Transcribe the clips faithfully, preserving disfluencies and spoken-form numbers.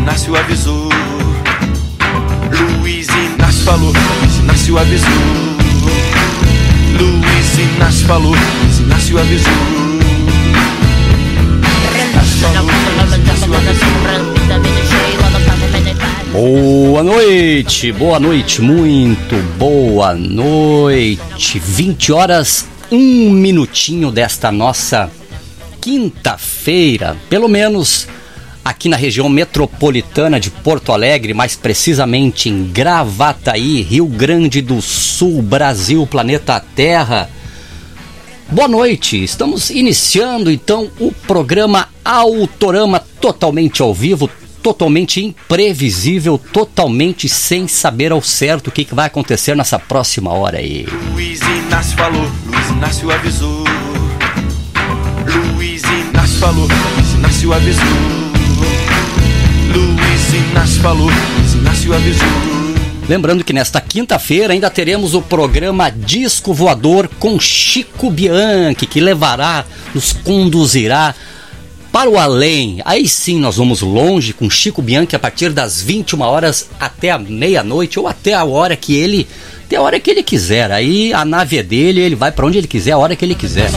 Inácio avisou. Luiz Inácio falou, Luiz Inácio avisou. Luiz Inácio falou, Luiz Inácio avisou. Boa noite, boa noite, muito boa noite. vinte horas, um minutinho desta nossa quinta-feira, pelo menos aqui na região metropolitana de Porto Alegre, mais precisamente em Gravataí, Rio Grande do Sul, Brasil, planeta Terra. Boa noite, estamos iniciando então o programa Autorama, totalmente ao vivo, totalmente imprevisível, totalmente sem saber ao certo o que, que vai acontecer nessa próxima hora aí. Luiz Inácio falou, Luiz Inácio avisou. Luiz Inácio falou, Luiz Inácio avisou. Luiz Inácio falou, Luiz Inácio avisou. Lembrando que nesta quinta-feira ainda teremos o programa Disco Voador com Chico Bianchi, que levará, nos conduzirá para o além. Aí sim nós vamos longe com Chico Bianchi a partir das vinte e uma horas até a meia-noite ou até a hora que ele, até a hora que ele quiser. Aí a nave é dele, ele vai para onde ele quiser, a hora que ele quiser.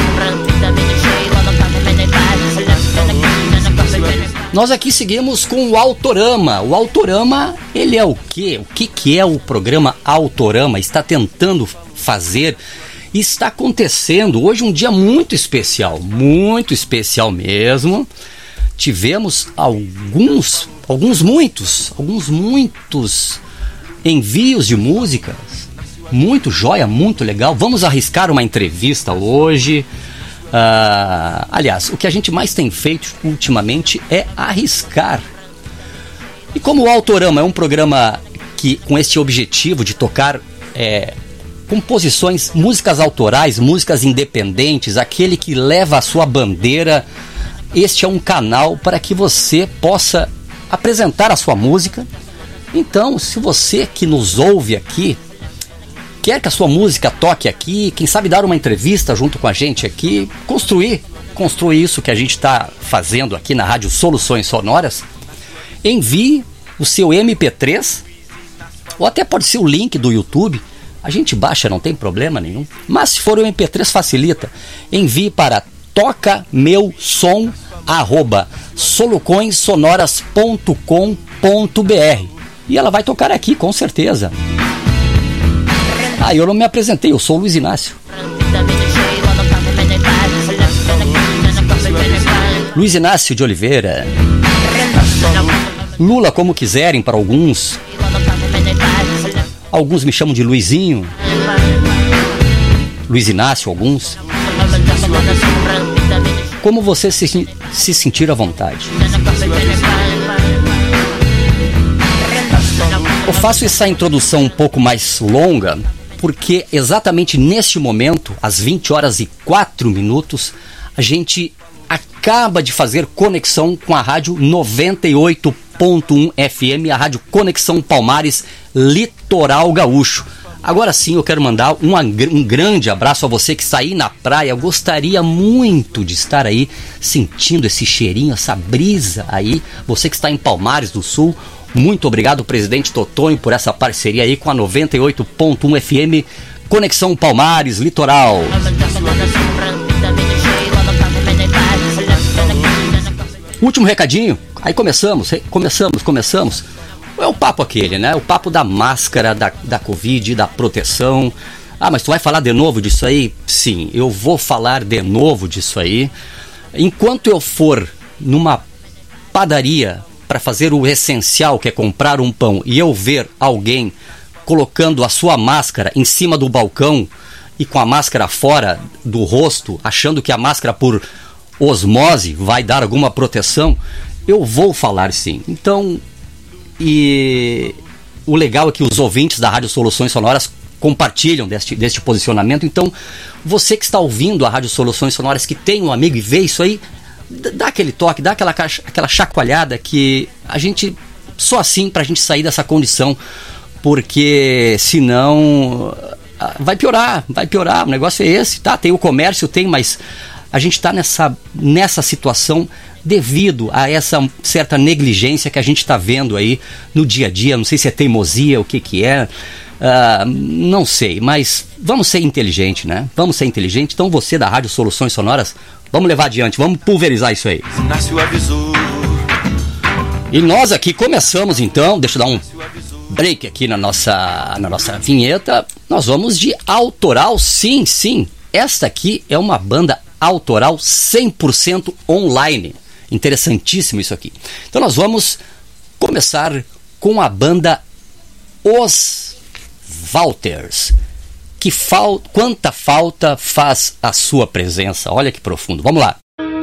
Nós aqui seguimos com o Autorama. O Autorama, ele é o quê? O que, que é o programa Autorama? Está tentando fazer, está acontecendo hoje um dia muito especial, muito especial mesmo. Tivemos alguns, alguns muitos, alguns muitos envios de músicas, muito joia, muito legal. Vamos arriscar uma entrevista hoje. Uh, aliás, o que a gente mais tem feito ultimamente é arriscar. E como o Autorama é um programa que, com este objetivo de tocar é, composições, músicas autorais, músicas independentes, aquele que leva a sua bandeira, este é um canal para que você possa apresentar a sua música. Então, se você que nos ouve aqui quer que a sua música toque aqui, quem sabe dar uma entrevista junto com a gente aqui, construir, construir isso que a gente está fazendo aqui na Rádio Soluções Sonoras, envie o seu M P três, ou até pode ser o link do YouTube, a gente baixa, não tem problema nenhum, mas se for o M P três facilita, envie para toca meu som arroba soluções sonoras ponto com ponto b r e ela vai tocar aqui, com certeza. Ah, eu não me apresentei, eu sou o Luiz Inácio. Luiz Inácio de Oliveira. Lula, como quiserem para alguns. Alguns me chamam de Luizinho. Luiz Inácio, alguns. Como você se, se sentir à vontade. Eu faço essa introdução um pouco mais longa, porque exatamente neste momento, às vinte horas e quatro minutos, a gente acaba de fazer conexão com a rádio noventa e oito ponto um F M, a rádio Conexão Palmares, Litoral Gaúcho. Agora sim, eu quero mandar um, um grande abraço a você que está aí na praia. Eu gostaria muito de estar aí sentindo esse cheirinho, essa brisa aí. Você que está em Palmares do Sul, muito obrigado, presidente Totonho, por essa parceria aí com a noventa e oito ponto um F M, Conexão Palmares, Litoral. Último recadinho, aí começamos, começamos, começamos. É o papo aquele, né? O papo da máscara, da, da Covid, da proteção. Ah, mas tu vai falar de novo disso aí? Sim, eu vou falar de novo disso aí. Enquanto eu for numa padaria para fazer o essencial, que é comprar um pão, e eu ver alguém colocando a sua máscara em cima do balcão e com a máscara fora do rosto, achando que a máscara por osmose vai dar alguma proteção, eu vou falar sim. Então, e o legal é que os ouvintes da Rádio Soluções Sonoras compartilham deste, deste posicionamento. Então, você que está ouvindo a Rádio Soluções Sonoras, que tem um amigo e vê isso aí, dá aquele toque, dá aquela, aquela chacoalhada, que a gente, só assim pra gente sair dessa condição, porque senão vai piorar, vai piorar, o negócio é esse, tá? Tem o comércio, tem, mas a gente está nessa, nessa situação devido a essa certa negligência que a gente está vendo aí no dia a dia. Não sei se é teimosia, o que que é, uh, não sei, mas vamos ser inteligentes, né? Vamos ser inteligentes. Então você da Rádio Soluções Sonoras, vamos levar adiante, vamos pulverizar isso aí. Inácio avisou. E nós aqui começamos então, deixa eu dar um break aqui na nossa, na nossa vinheta. Nós vamos de autoral, sim, sim. Esta aqui é uma banda autoral cem por cento online. Interessantíssimo isso aqui. Então nós vamos começar com a banda Os Walters. Que fal... Quanta falta faz a sua presença. Olha que profundo. Vamos lá.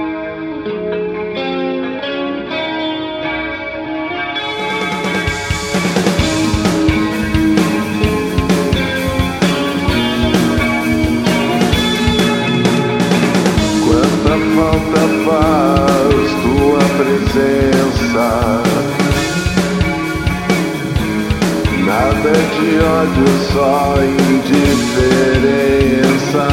Faz tua presença, nada de ódio, só indiferença.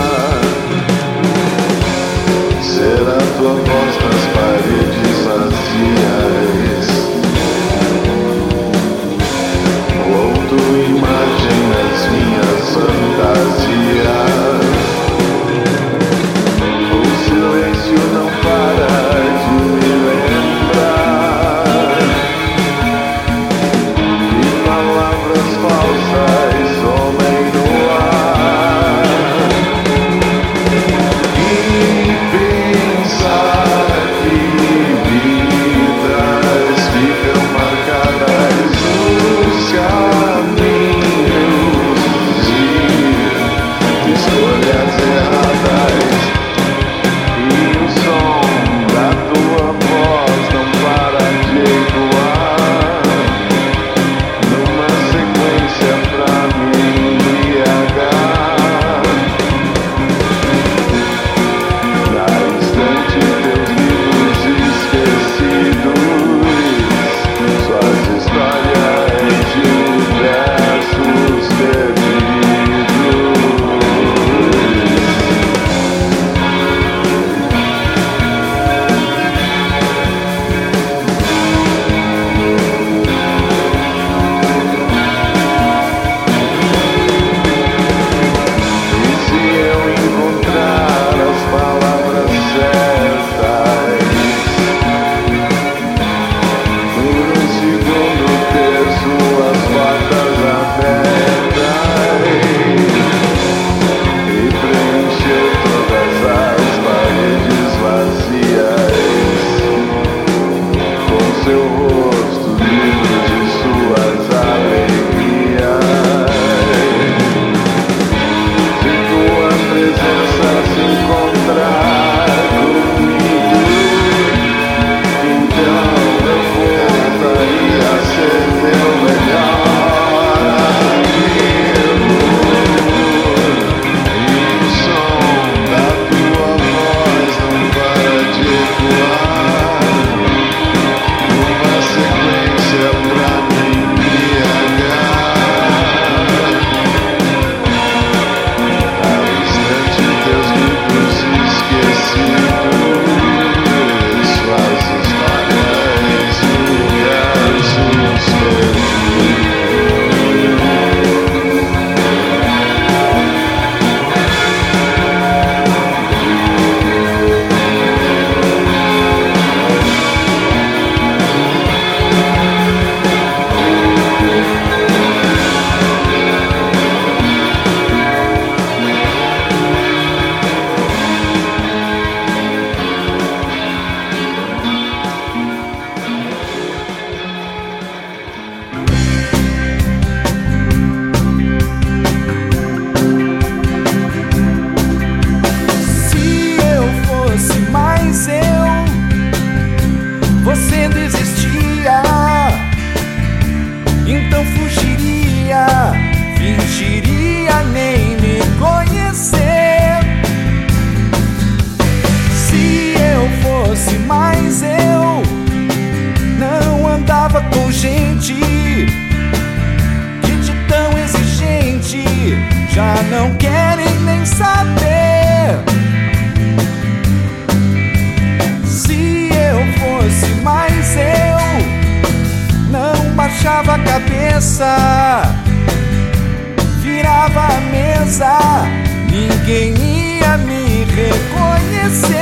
Será tua voz nas paredes vazias, ou tua imagem nas minhas fantasias. O silêncio não para de me lembrar que palavras falsas somem no ar. cabeça, virava a mesa, ninguém ia me reconhecer.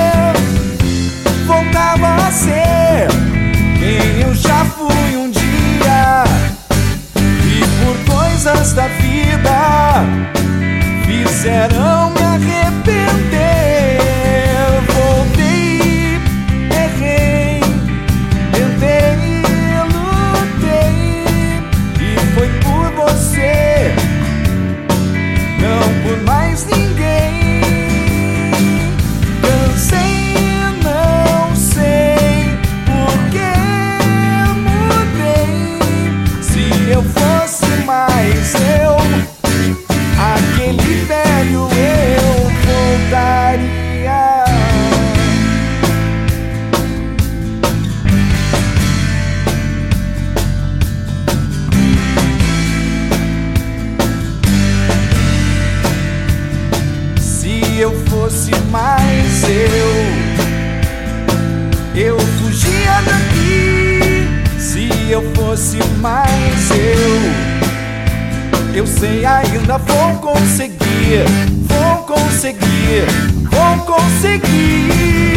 Voltava a ser quem eu já fui um dia, e por coisas da vida fizeram me arrepender. Voltei, errei, tentei, lutei, e foi por você, não por mais ninguém. Cansei, não sei por que mudei. Se eu fosse mais eu, aquele velho eu voltaria. Se eu fosse mais eu, eu fugia daqui. Se eu fosse mais eu, eu sei, ainda vou conseguir, vou conseguir, vou conseguir.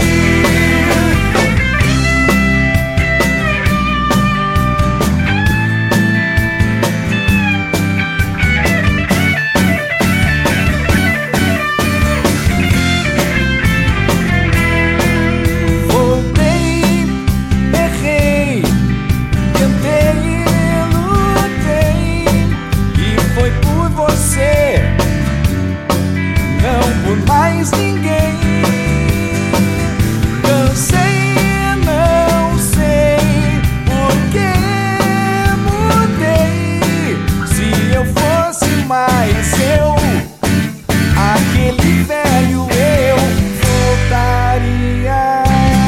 Voltei, errei, tentei, lutei, e foi por você, não por mais ninguém. Cansei, não sei por que mudei. Se eu fosse mais eu, aquele velho eu voltaria.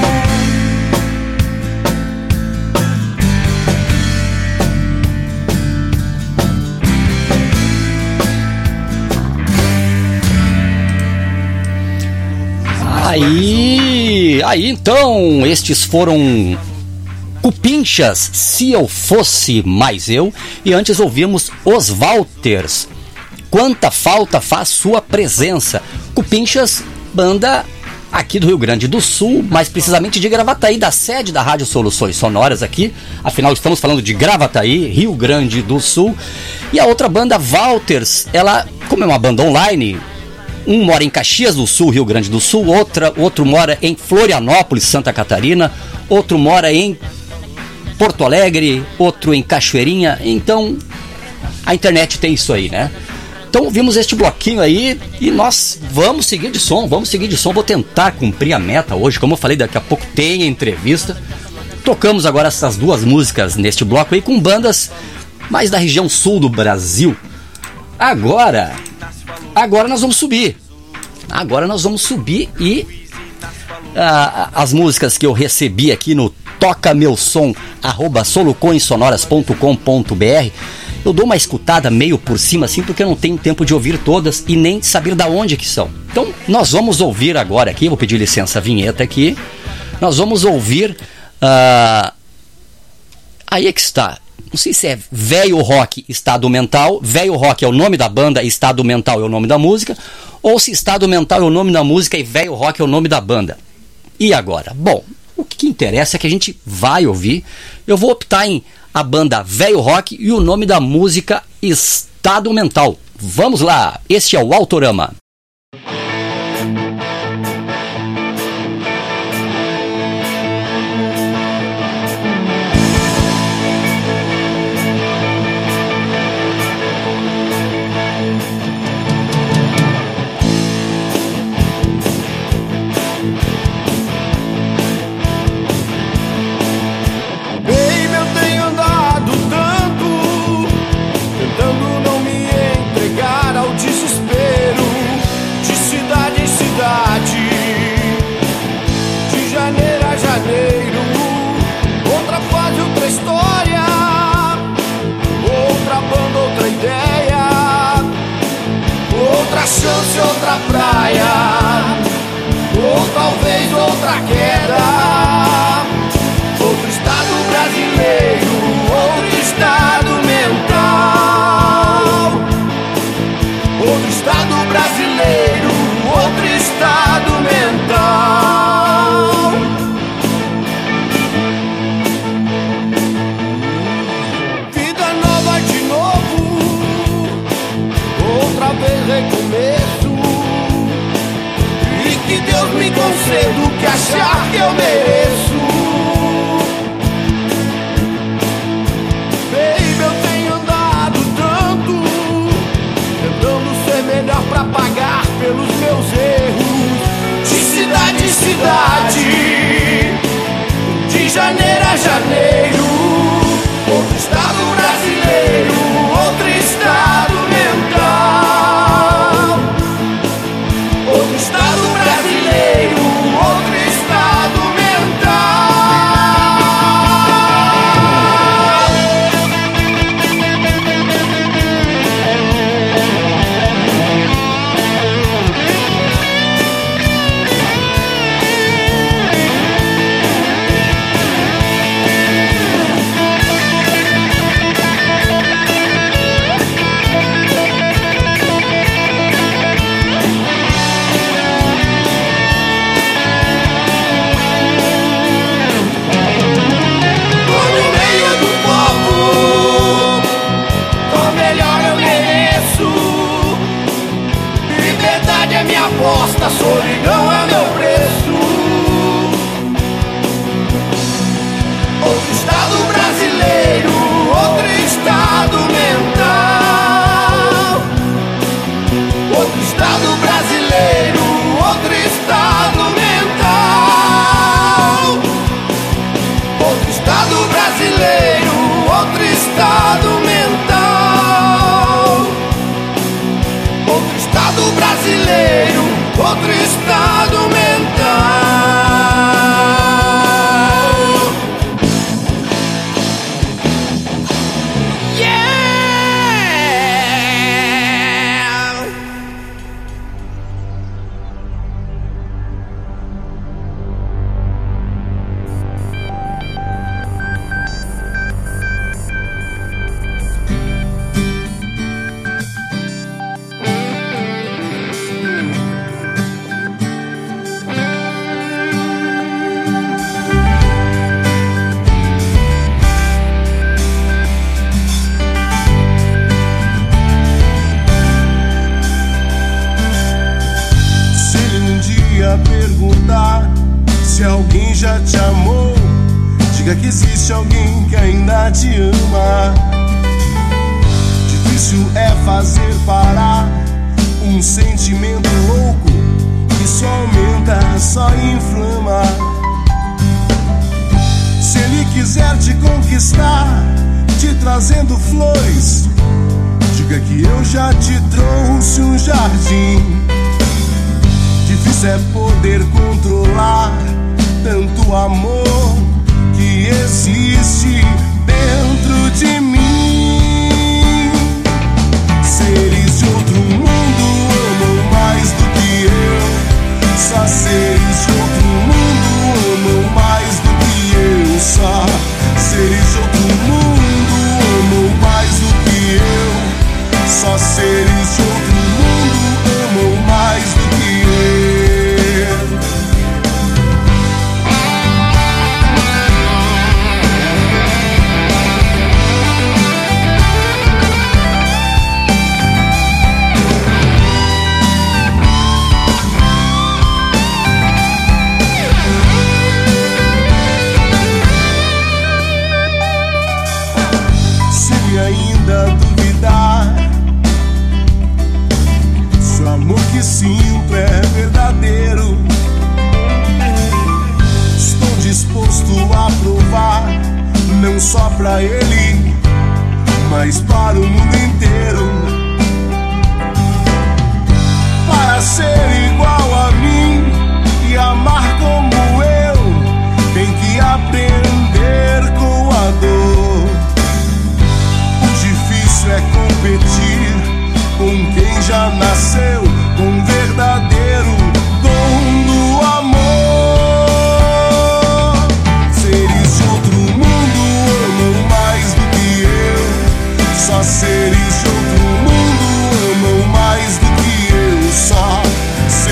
Aí, aí então, estes foram Cupinchas, Se Eu Fosse Mais Eu. E antes ouvimos Os Walters, Quanta Falta Faz Sua Presença. Cupinchas, banda aqui do Rio Grande do Sul, mais precisamente de Gravataí, da sede da Rádio Soluções Sonoras aqui. Afinal, estamos falando de Gravataí, Rio Grande do Sul. E a outra banda, Walters, ela, como é uma banda online, um mora em Caxias do Sul, Rio Grande do Sul, outra, outro mora em Florianópolis, Santa Catarina, outro mora em Porto Alegre, outro em Cachoeirinha. Então, a internet tem isso aí, né? Então, ouvimos este bloquinho aí e nós vamos seguir de som, vamos seguir de som. Vou tentar cumprir a meta hoje, como eu falei, daqui a pouco tem a entrevista. Tocamos agora essas duas músicas neste bloco aí com bandas mais da região sul do Brasil. Agora... Agora nós vamos subir. Agora nós vamos subir e uh, as músicas que eu recebi aqui no toca meu som arroba soluções sonoras ponto com ponto br, eu dou uma escutada meio por cima assim, porque eu não tenho tempo de ouvir todas e nem saber da onde que são. Então nós vamos ouvir agora aqui, vou pedir licença a vinheta aqui. Nós vamos ouvir uh, aí é que está. Não sei se é Velho Rock Estado Mental. Velho Rock é o nome da banda, Estado Mental é o nome da música. Ou se Estado Mental é o nome da música e Velho Rock é o nome da banda. E agora? Bom, o que interessa é que a gente vai ouvir. Eu vou optar em a banda Velho Rock e o nome da música Estado Mental. Vamos lá, este é o Autorama. Chance, outra praia, ou talvez outra queda, outro estado brasileiro, outro estado meu. Janeiro, outro estado brasileiro, outro estado mental. Outro estado brasileiro, outro estado a solidão é meu preço. Outro estado brasileiro, outro estado mental. Outro estado brasileiro, outro estado mental. Outro estado brasileiro, outro estado mental. Outro estado brasileiro, outro estado mental. Yeah! Perguntar se alguém já te amou, diga que existe alguém que ainda te ama. Difícil é fazer parar um sentimento louco que só aumenta, só inflama. Se ele quiser te conquistar, te trazendo flores, diga que eu já te trouxe um jardim. Difícil é poder controlar tanto amor que existe dentro de mim. Seres de outro mundo amam mais do que eu. Só seres de outro mundo amam mais do que eu. Só seres de outro mundo amam mais do que eu. Só seres de outro mundo amam mais do que eu. Ainda duvidar se o amor que sinto é verdadeiro, estou disposto a provar, não só pra ele, mas para o mundo inteiro. Para ser igual a mim e amar como eu, tem que aprender com a dor. É competir com quem já nasceu com verdadeiro dom do amor. Seres de outro mundo amam mais do que eu. Só seres de outro mundo amam mais do que eu. Só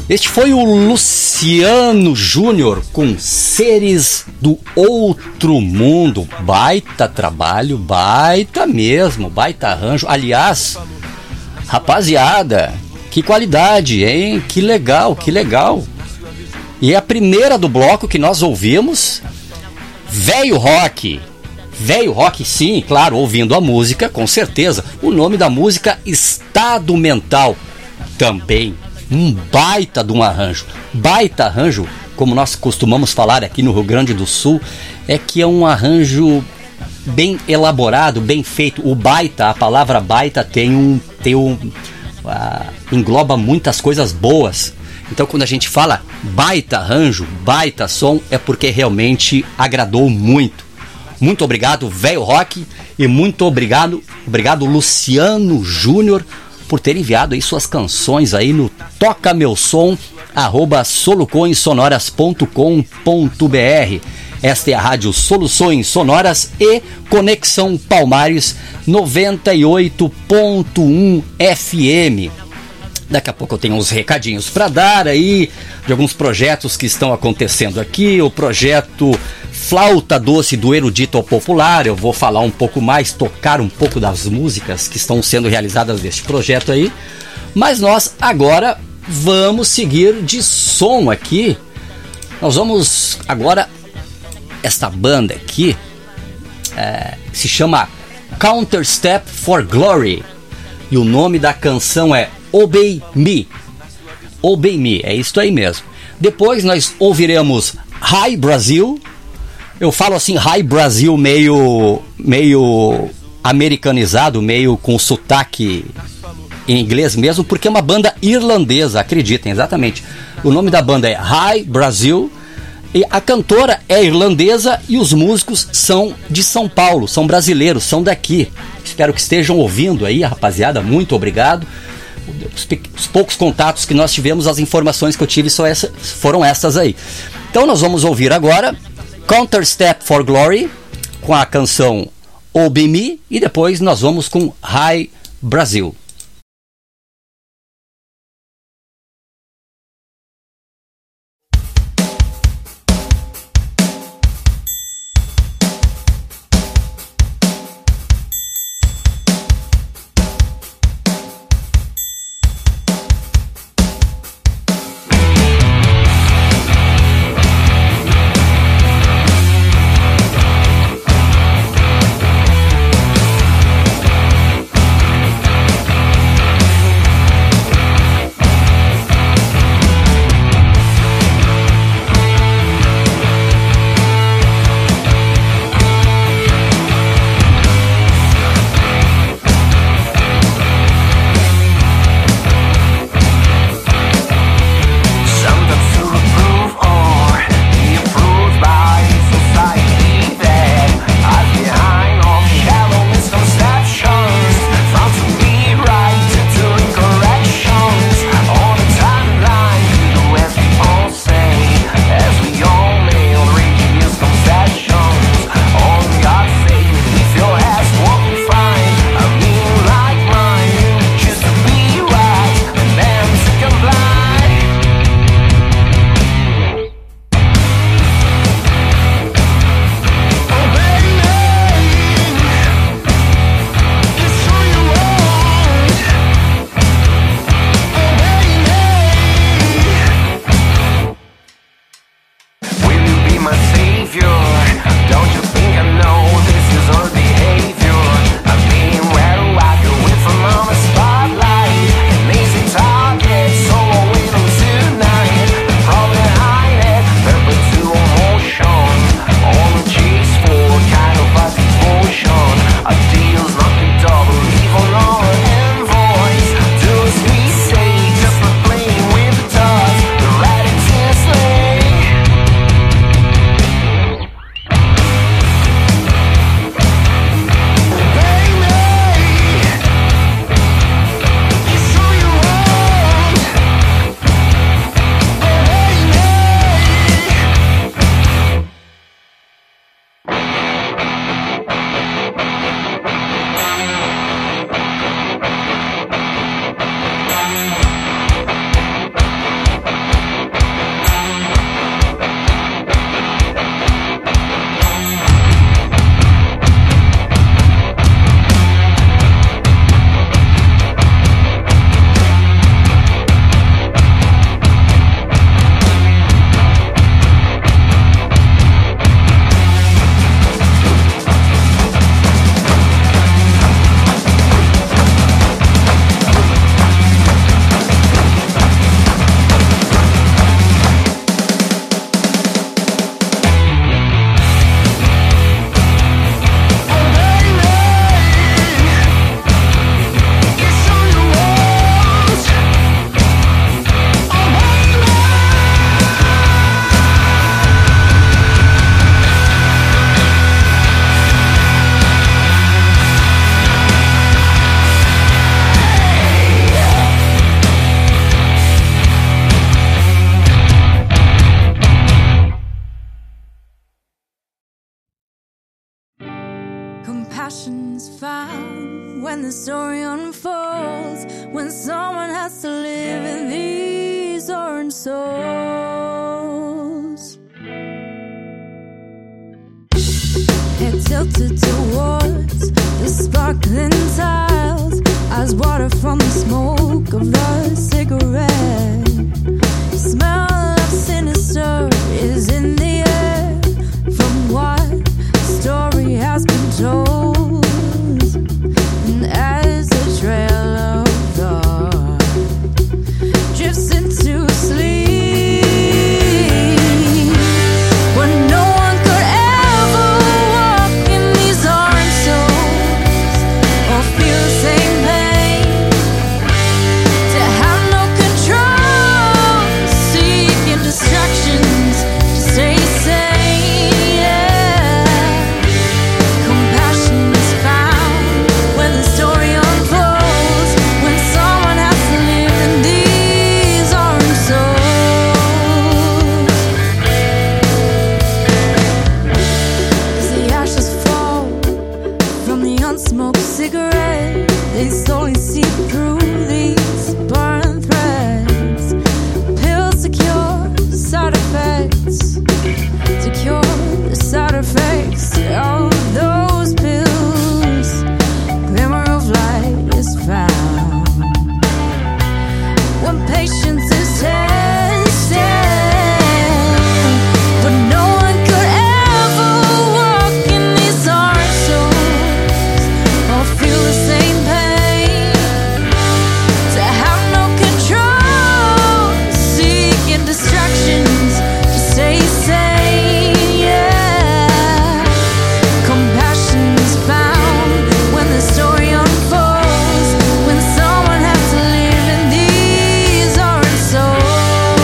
Este foi o Luciano Júnior com Seres do Outro Mundo. Baita trabalho, baita mesmo, baita arranjo. Aliás, rapaziada, que qualidade, hein? Que legal, que legal. E é a primeira do bloco que nós ouvimos, Velho Rock. Velho Rock, sim, claro, ouvindo a música, com certeza. O nome da música, Estado Mental, também. Um baita de um arranjo. Baita arranjo, como nós costumamos falar aqui no Rio Grande do Sul, é que é um arranjo bem elaborado, bem feito. O baita, a palavra baita tem um, tem um uh, engloba muitas coisas boas. Então quando a gente fala baita arranjo, baita som, é porque realmente agradou muito. Muito obrigado, Velho Rock, e muito obrigado, obrigado Luciano Júnior, por ter enviado aí suas canções aí no toca meu som arroba soluções sonoras ponto com ponto br. Esta é a rádio Soluções Sonoras e Conexão Palmares noventa e oito ponto um F M. Daqui a pouco eu tenho uns recadinhos para dar aí de alguns projetos que estão acontecendo aqui. O projeto Flauta Doce do Erudito ao Popular, eu vou falar um pouco mais, tocar um pouco das músicas que estão sendo realizadas neste projeto aí. Mas nós agora vamos seguir de som aqui. Nós vamos agora, esta banda aqui é, se chama Counter Step for Glory, e o nome da canção é Obey Me. Obey Me, é isso aí mesmo. Depois nós ouviremos Hi Brasil. Eu falo assim, Hi Brasil meio, meio americanizado, meio com sotaque em inglês mesmo, porque é uma banda irlandesa, acreditem, exatamente. O nome da banda é Hi Brasil, e a cantora é irlandesa e os músicos são de São Paulo, são brasileiros, são daqui. Espero que estejam ouvindo aí, rapaziada, muito obrigado. Os, os poucos contatos que nós tivemos, as informações que eu tive são essa, foram essas aí. Então nós vamos ouvir agora Counter Step for Glory com a canção Obey Me, e depois nós vamos com Hi Brasil. We'll be right back. Compassion's found when the story unfolds, when someone has to live in these orange souls. Head tilted towards the sparkling tiles as water from the smoke of a cigarette. The smell of sinister is in the air from what story has been told, and as the trail of thought drifts into sleep, when no one could ever walk in these orange souls or feel the same pain, to have no control, seeking distractions to stay sane. Smoke cigarette, they slowly seep through these burn threads. Pills to cure the side effects, to cure the side effects of those pills. Glimmer of light is found when patience is tested, but no one could ever walk in these orange souls. Feel the same pain, to have no control, seeking distractions to stay sane, yeah. Compassion is found when the story unfolds, when someone has to live in these orange souls.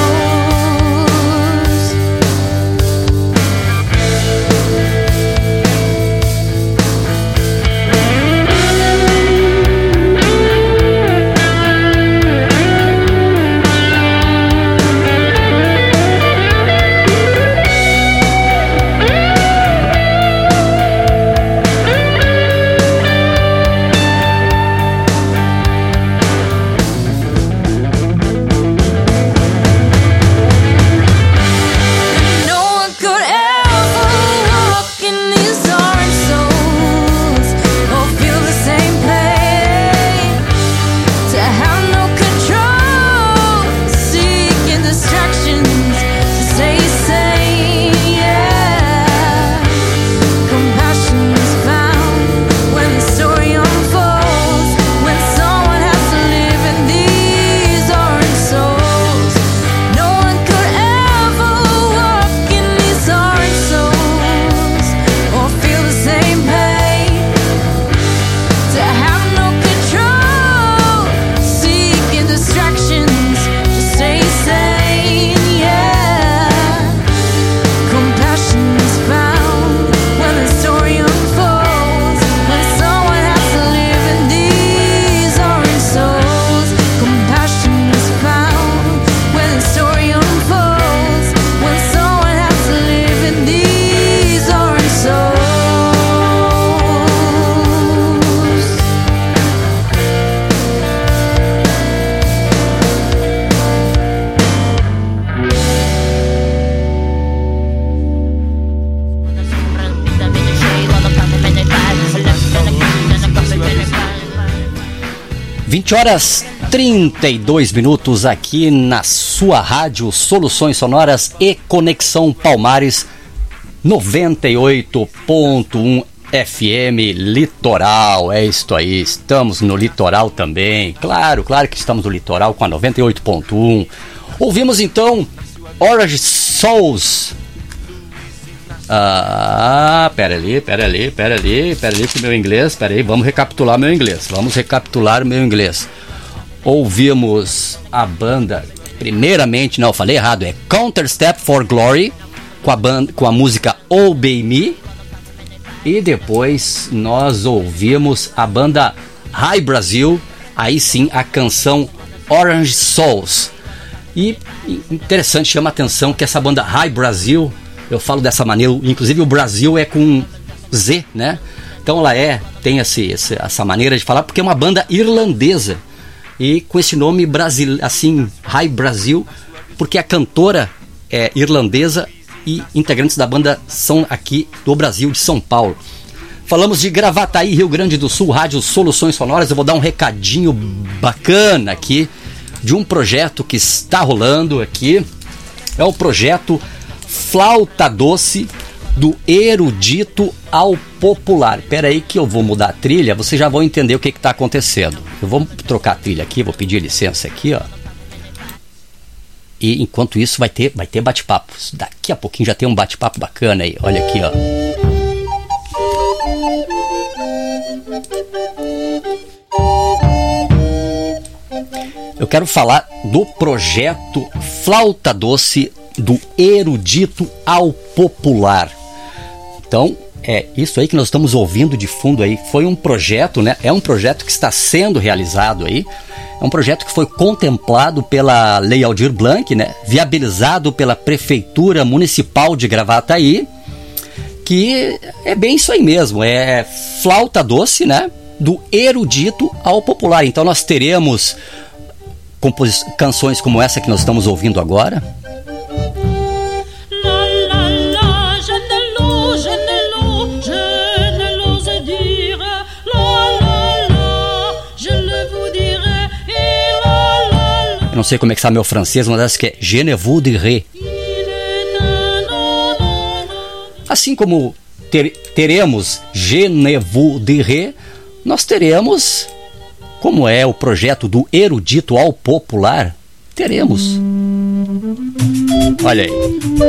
vinte horas trinta e dois minutos aqui na sua rádio Soluções Sonoras e Conexão Palmares noventa e oito ponto um F M Litoral. É isto aí, estamos no litoral também. Claro, claro que estamos no litoral com a noventa e oito ponto um. Ouvimos então Orange Souls. Ah, pera ali, pera ali, pera ali, pera ali com o meu inglês, pera aí, vamos recapitular meu inglês, vamos recapitular meu inglês. Ouvimos a banda, primeiramente, não, eu falei errado, é Counter Step for Glory, com a, banda, com a música Obey Me, e depois nós ouvimos a banda Hi Brasil, aí sim a canção Orange Souls. E interessante, chama a atenção que essa banda Hi Brasil, eu falo dessa maneira, inclusive o Brasil é com Z, né? Então ela é, tem esse, esse, essa maneira de falar, porque é uma banda irlandesa. E com esse nome Brasil, assim, High Brasil, porque a cantora é irlandesa e integrantes da banda são aqui do Brasil, de São Paulo. Falamos de Gravataí, Rio Grande do Sul, Rádio Soluções Sonoras. Eu vou dar um recadinho bacana aqui de um projeto que está rolando aqui. É o projeto Flauta Doce, do erudito ao popular. Espera aí que eu vou mudar a trilha, vocês já vão entender o que está acontecendo. Eu vou trocar a trilha aqui, vou pedir licença aqui, ó. E enquanto isso vai ter, vai ter bate-papo. Daqui a pouquinho já tem um bate-papo bacana aí. Olha aqui, ó. Eu quero falar do projeto Flauta Doce, do erudito ao popular. Então, é isso aí que nós estamos ouvindo de fundo aí. Foi um projeto, né? É um projeto que está sendo realizado aí. É um projeto que foi contemplado pela Lei Aldir Blanc, né? Viabilizado pela Prefeitura Municipal de Gravataí, que é bem isso aí mesmo. É flauta doce, né? Do erudito ao popular. Então nós teremos compos- canções como essa que nós estamos ouvindo agora. Eu não sei como é que está meu francês, mas acho que é Je ne vous dirai. Assim como ter, teremos Je ne vous dirai, nós teremos, como é o projeto do erudito ao popular, teremos. Olha aí.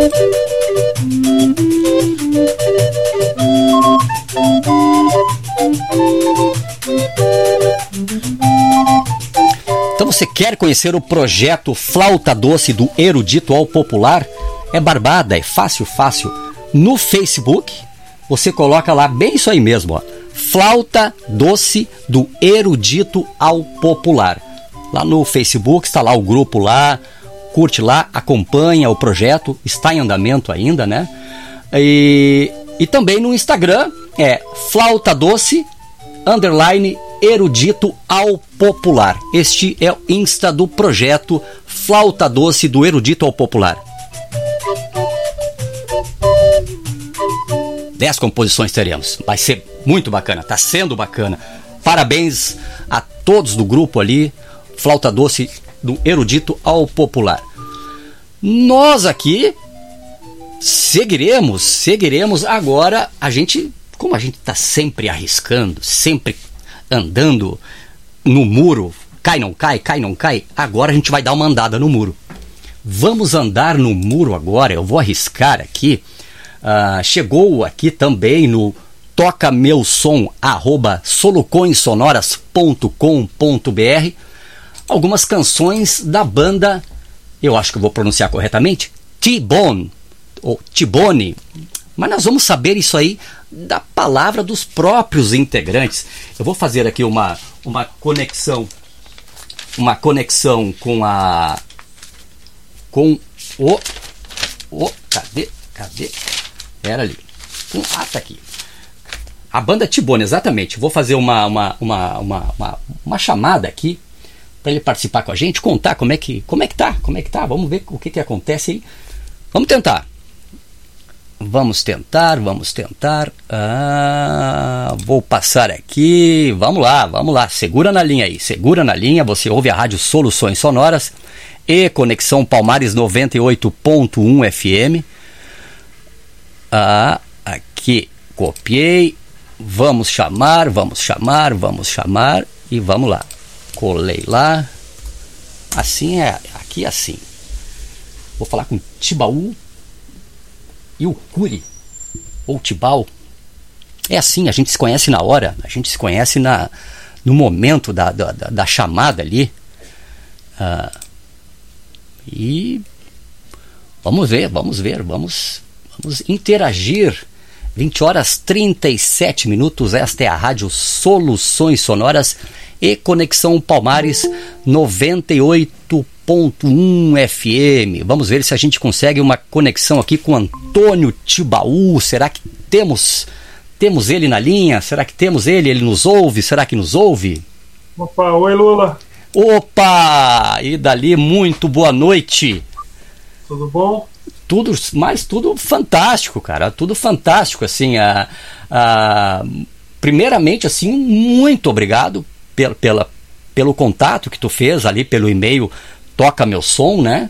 Então você quer conhecer o projeto Flauta Doce, do erudito ao popular? É barbada, é fácil, fácil. No Facebook, você coloca lá bem isso aí mesmo, ó. Flauta Doce, do erudito ao popular. Lá no Facebook está lá o grupo lá, curte lá, acompanha o projeto, está em andamento ainda, né? E, e também no Instagram é Flauta Doce, underline erudito ao popular. Este é o Insta do projeto Flauta Doce, do erudito ao popular. Dez composições teremos. Vai ser muito bacana, está sendo bacana. Parabéns a todos do grupo ali, Flauta Doce, do erudito ao popular. Nós aqui seguiremos, seguiremos agora. A gente, como a gente está sempre arriscando, sempre andando no muro, cai não cai, cai não cai, agora a gente vai dar uma andada no muro. Vamos andar no muro agora, eu vou arriscar aqui. Uh, chegou aqui também no toca meu som arroba soluções sonoras ponto com ponto b r algumas canções da banda, eu acho que eu vou pronunciar corretamente, T-Bone ou T-Bone, mas nós vamos saber isso aí da palavra dos próprios integrantes. Eu vou fazer aqui uma, uma conexão uma conexão com a com o o cadê cadê era ali com, ah, tá aqui a banda T-Bone, exatamente. Vou fazer uma uma, uma, uma, uma, uma chamada aqui para ele participar com a gente, contar como é que como é que tá como é que tá vamos ver o que que acontece aí. Vamos tentar Vamos tentar, vamos tentar. Ah, vou passar aqui. Vamos lá, vamos lá. Segura na linha aí, segura na linha. Você ouve a Rádio Soluções Sonoras e Conexão Palmares noventa e oito ponto um F M. Ah, aqui, copiei. Vamos chamar, vamos chamar, vamos chamar. E vamos lá. Colei lá. Assim é, aqui é assim. Vou falar com Tibaú e o Curi, ou Tibau. É assim, a gente se conhece na hora, a gente se conhece na, no momento da, da, da chamada ali. Ah, e vamos ver, vamos ver, vamos, vamos interagir. vinte horas e trinta e sete minutos, esta é a Rádio Soluções Sonoras e Conexão Palmares noventa e oito ponto um F M. Vamos ver se a gente consegue uma conexão aqui com Antônio Tibaú. Será que temos temos ele na linha? Será que temos ele? Ele nos ouve? Será que nos ouve? Opa, oi Lula. Opa! E dali, muito boa noite. Tudo bom? Tudo, mas tudo fantástico, cara. Tudo fantástico, assim. A, a, primeiramente, assim, muito obrigado pela, pela, pelo contato que tu fez ali pelo e-mail Toca Meu Som, né?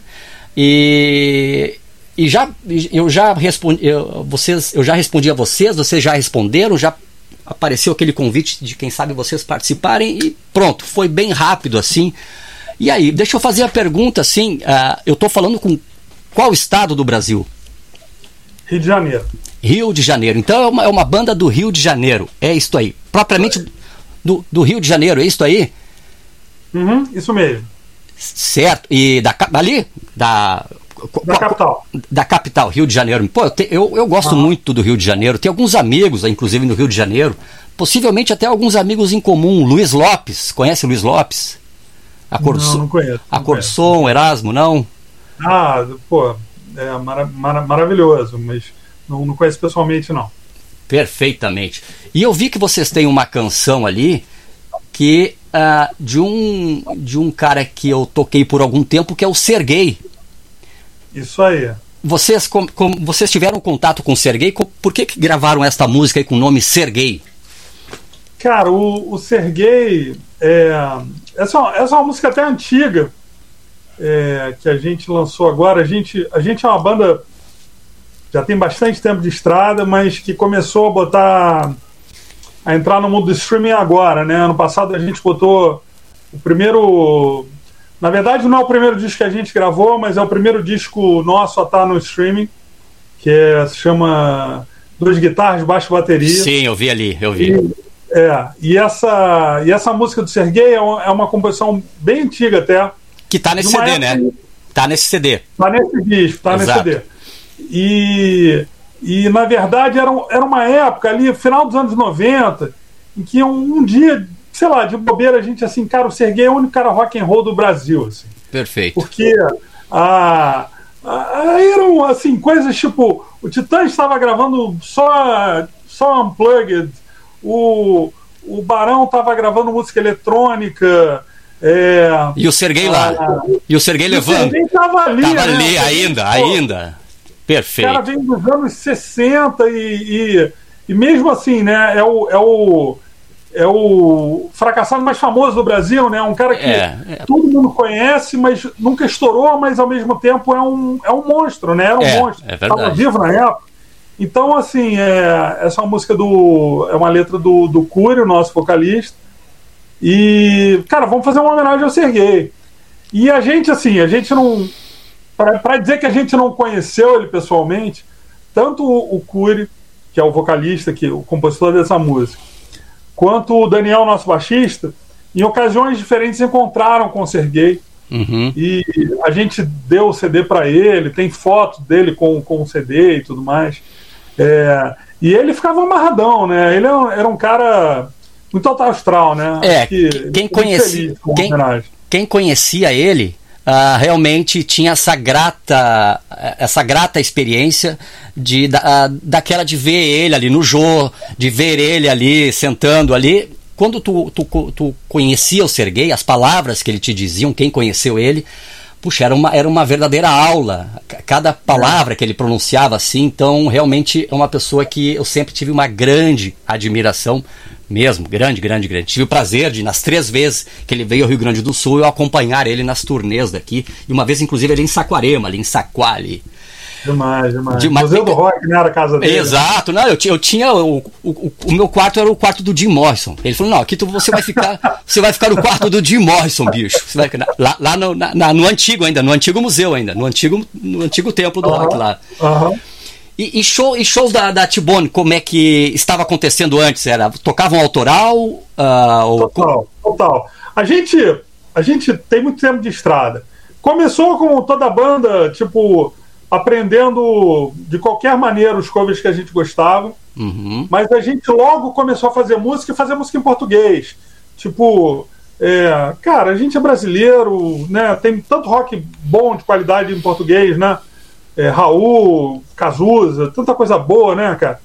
E... E já, eu já respondi, eu, vocês, eu já respondi a vocês, vocês já responderam, já apareceu aquele convite de quem sabe vocês participarem e pronto, foi bem rápido assim. E aí, deixa eu fazer a pergunta assim, uh, eu estou falando com qual estado do Brasil? Rio de Janeiro. Rio de Janeiro, então é uma, é uma banda do Rio de Janeiro, é isto aí, propriamente do, do Rio de Janeiro, é isto aí? Uhum, isso mesmo. Certo, e da, ali, da... Da capital. Da capital, Rio de Janeiro. Pô, eu, te, eu, eu gosto ah. muito do Rio de Janeiro. Tem alguns amigos, inclusive, no Rio de Janeiro. Possivelmente até alguns amigos em comum. Luiz Lopes. Conhece Luiz Lopes? Não, não conheço. Acorson, Erasmo, não? Ah, pô, é mara, mara, maravilhoso, mas não, não conheço pessoalmente, não. Perfeitamente. E eu vi que vocês têm uma canção ali que uh, de, um, de um cara que eu toquei por algum tempo, que é o Serguei. Isso aí. Vocês, com, com, vocês tiveram contato com o Serguei? Com, por que, que gravaram esta música aí com o nome Serguei? Cara, o, o Serguei, é, essa, essa é uma música até antiga, é, que a gente lançou agora. A gente, a gente é uma banda, já tem bastante tempo de estrada, mas que começou a botar, a entrar no mundo do streaming agora, né? Ano passado a gente botou o primeiro... Na verdade, não é o primeiro disco que a gente gravou, mas é o primeiro disco nosso a estar no streaming, que é, se chama Duas Guitarras, Baixo e Bateria. Sim, eu vi ali, eu vi. E, é, e, essa, e essa música do Serguei é uma, é uma composição bem antiga até. Que tá nesse C D, época, né? Tá nesse C D. Tá nesse disco, tá Exato. nesse C D. E, e, na verdade, era, era uma época ali, final dos anos noventa, em que um, um dia... sei lá, de bobeira, a gente assim, cara, o Serguei é o único cara rock and roll do Brasil, assim. Perfeito. Porque a, a, eram, assim, coisas tipo, o Titãs estava gravando só, só Unplugged, o, o Barão estava gravando música eletrônica, é, e o Serguei lá, a, e o Serguei levando. O Serguei estava ali, tava né? ali ainda, Pô, ainda. Perfeito. O cara vem dos anos sessenta e, e, e mesmo assim, né, é o... É o É o fracassado mais famoso do Brasil, né? Um cara que é, é. todo mundo conhece, mas nunca estourou, mas ao mesmo tempo é um, é um monstro, né? Era um é, monstro. É verdade. Estava vivo na época. Então, assim, é, essa é uma música do... é uma letra do, do Cury, o nosso vocalista. E, cara, vamos fazer uma homenagem ao Serguei. E a gente, assim, a gente não... Para dizer que a gente não conheceu ele pessoalmente, tanto o, o Cury, que é o vocalista, que, o compositor dessa música, quanto o Daniel, nosso baixista, em ocasiões diferentes encontraram com o Serguei. Uhum. E a gente deu o C D para ele, tem foto dele com, com o C D e tudo mais. É, e ele ficava amarradão, né? Ele era um cara muito alto astral, né? É, que, quem, conheci, quem, quem conhecia ele uh, realmente tinha essa grata, essa grata experiência de, da, daquela de ver ele ali no Jô, de ver ele ali sentando ali. Quando tu, tu, tu conhecia o Serguei, as palavras que ele te diziam, quem conheceu ele, puxa, era uma, era uma verdadeira aula. Cada palavra que ele pronunciava assim, então realmente é uma pessoa que eu sempre tive uma grande admiração mesmo, grande, grande, grande. Tive o prazer de, nas três vezes que ele veio ao Rio Grande do Sul, eu acompanhar ele nas turnês daqui, e uma vez inclusive ali em Saquarema, ali em Saquá ali. Demais, demais. demais. Museu do Rock, né? Era a casa dele. Exato, não, eu, eu tinha o, o, o meu quarto era o quarto do Jim Morrison. Ele falou, não, aqui tu, você vai ficar você vai ficar no quarto do Jim Morrison, bicho. Você vai, lá lá no, na, no antigo ainda, no antigo museu ainda, no antigo, no antigo templo do uh-huh. rock lá. Uh-huh. E, e, show, e shows da, da T-Bone, como é que estava acontecendo antes? Era, tocavam autoral? Uh, total, ou... total. A gente, a gente tem muito tempo de estrada. Começou com toda a banda, tipo... aprendendo de qualquer maneira os covers que a gente gostava, uhum. mas a gente logo começou a fazer música e fazer música em português. Tipo, é, cara, a gente é brasileiro, né? Tem tanto rock bom de qualidade em português, né? É, Raul, Cazuza, tanta coisa boa, né, cara?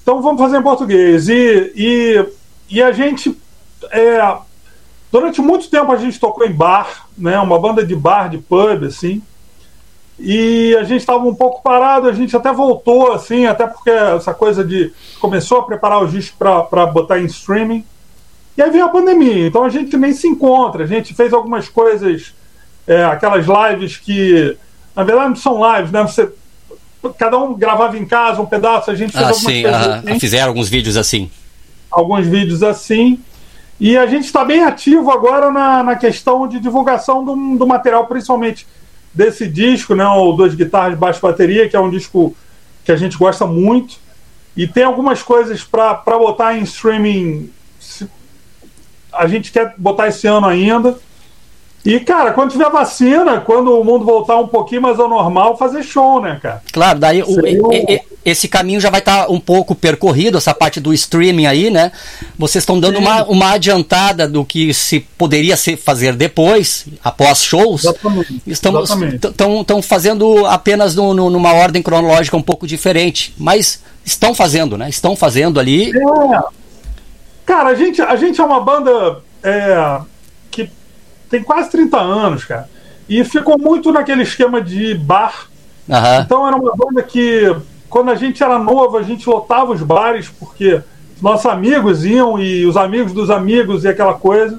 então vamos fazer em português. E, e, e a gente, é, durante muito tempo a gente tocou em bar, né, uma banda de bar, de pub, assim, e a gente estava um pouco parado, a gente até voltou, assim, até porque essa coisa de, começou a preparar os discos para botar em streaming, e aí veio a pandemia, então a gente nem se encontra, a gente fez algumas coisas, é, aquelas lives que, na verdade não são lives, né, você... cada um gravava em casa um pedaço, a gente fez ah, algumas sim, coisas uh, assim, fizeram alguns vídeos assim. Alguns vídeos assim, e a gente está bem ativo agora na, na questão de divulgação do, do material, principalmente desse disco, né, o Duas Guitarras, Baixo e Bateria, que é um disco que a gente gosta muito, e tem algumas coisas para botar em streaming, a gente quer botar esse ano ainda. E, cara, quando tiver vacina, quando o mundo voltar um pouquinho mais ao normal, fazer show, né, cara? Claro, daí o, e, e, esse caminho já vai estar tá um pouco percorrido, essa parte do streaming aí, né? Vocês estão dando uma, uma adiantada do que se poderia ser fazer depois, após shows. Exatamente. Estamos, estão fazendo apenas no, no, numa ordem cronológica um pouco diferente, mas estão fazendo, né? Estão fazendo ali. É. Cara, a gente, a gente é uma banda... É, que tem quase trinta anos, cara, e ficou muito naquele esquema de bar. Uhum. Então era uma banda que, quando a gente era novo, a gente lotava os bares, porque nossos amigos iam, e os amigos dos amigos, e aquela coisa.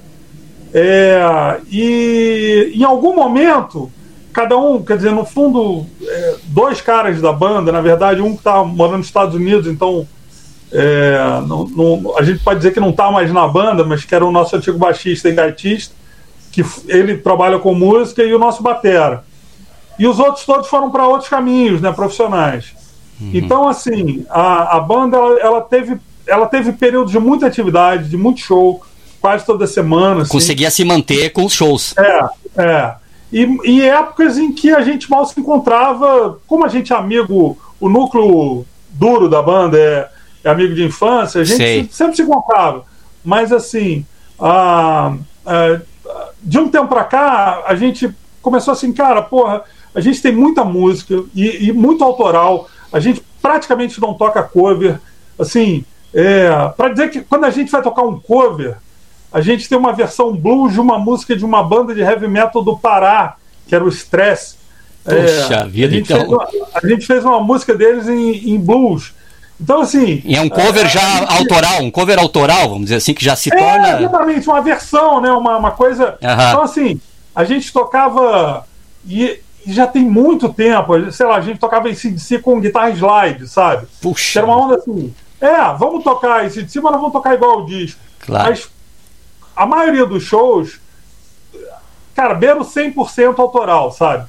É, e em algum momento, cada um, quer dizer, no fundo, é, dois caras da banda, na verdade, um que está morando nos Estados Unidos, então é, não, não, a gente pode dizer que não está mais na banda, mas que era o nosso antigo baixista e gaitista, que ele trabalha com música, e o nosso batera. E os outros todos foram para outros caminhos, né, profissionais. Uhum. Então, assim, a, a banda, ela, ela, teve, ela teve períodos de muita atividade, de muito show, quase toda semana. Assim. Conseguia se manter com os shows. É, é. E, e épocas em que a gente mal se encontrava, como a gente é amigo, o núcleo duro da banda é, é amigo de infância, a gente se, sempre se encontrava. Mas, assim, a... a de um tempo pra cá, a gente começou assim, cara, porra, a gente tem muita música e, e muito autoral, a gente praticamente não toca cover, assim, é, pra dizer que quando a gente vai tocar um cover, a gente tem uma versão blues de uma música de uma banda de heavy metal do Pará, que era o Stress. Poxa é, vida, a gente então... Fez uma, a gente fez uma música deles em, em blues. Então, assim... E é um cover é, já gente... autoral, um cover autoral, vamos dizer assim, que já se é, torna... exatamente, uma versão, né? Uma, uma coisa... Uhum. Então, assim, a gente tocava... E, e já tem muito tempo, sei lá, a gente tocava A C D C com guitarra slide, sabe? Puxa. Era uma onda assim... É, vamos tocar A C D C, mas não vamos tocar igual o disco. Claro. Mas a maioria dos shows, cara, beira o cem por cento autoral, sabe?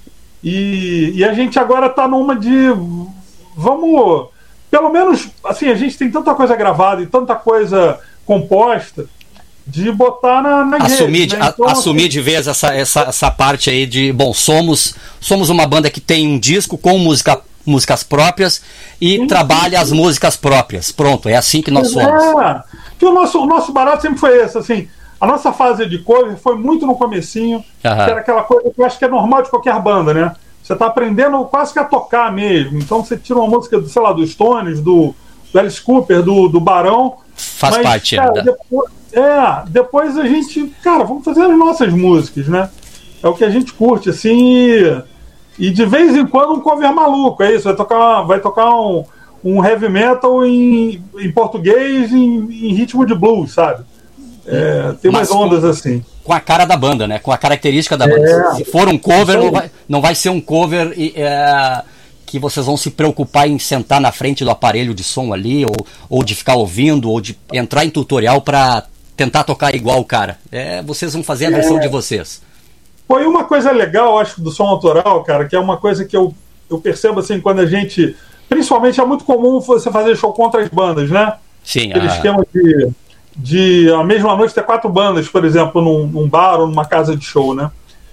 E, e a gente agora tá numa de... Vamos... Pelo menos, assim, a gente tem tanta coisa gravada e tanta coisa composta de botar na, na assumir, rede, né? Então, a, assumir assim, de vez essa, essa, essa parte aí de, bom, somos, somos uma banda que tem um disco com música, músicas próprias e sim, trabalha sim. as músicas próprias. Pronto, é assim que nós somos. É, que o nosso, o nosso barato sempre foi esse, assim, a nossa fase de cover foi muito no comecinho, que era aquela coisa que eu acho que é normal de qualquer banda, né? Você está aprendendo quase que a tocar mesmo. Então você tira uma música, sei lá, dos Stones, do, do Alice Cooper, do, do Barão. Faz mas, parte, cara, ainda. Depois, é, depois a gente, cara, vamos fazer as nossas músicas, né? É o que a gente curte, assim. E, e de vez em quando um cover maluco, é isso. Vai tocar, vai tocar um, um heavy metal em, em português, em, em ritmo de blues, sabe? É, tem umas ondas com, assim. Com a cara da banda, né? Com a característica da banda. É. Se for um cover, não vai, não vai ser um cover é, que vocês vão se preocupar em sentar na frente do aparelho de som ali, ou, ou de ficar ouvindo, ou de entrar em tutorial para tentar tocar igual o cara. É, vocês vão fazer a versão é. de vocês. Foi uma coisa legal, acho, do som autoral, cara, que é uma coisa que eu, eu percebo assim, quando a gente... Principalmente é muito comum você fazer show contra as bandas, né? Sim. Aquele ah. esquema de... de a mesma noite ter quatro bandas, por exemplo, num, num bar ou numa casa de show, né?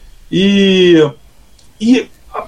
E, e a,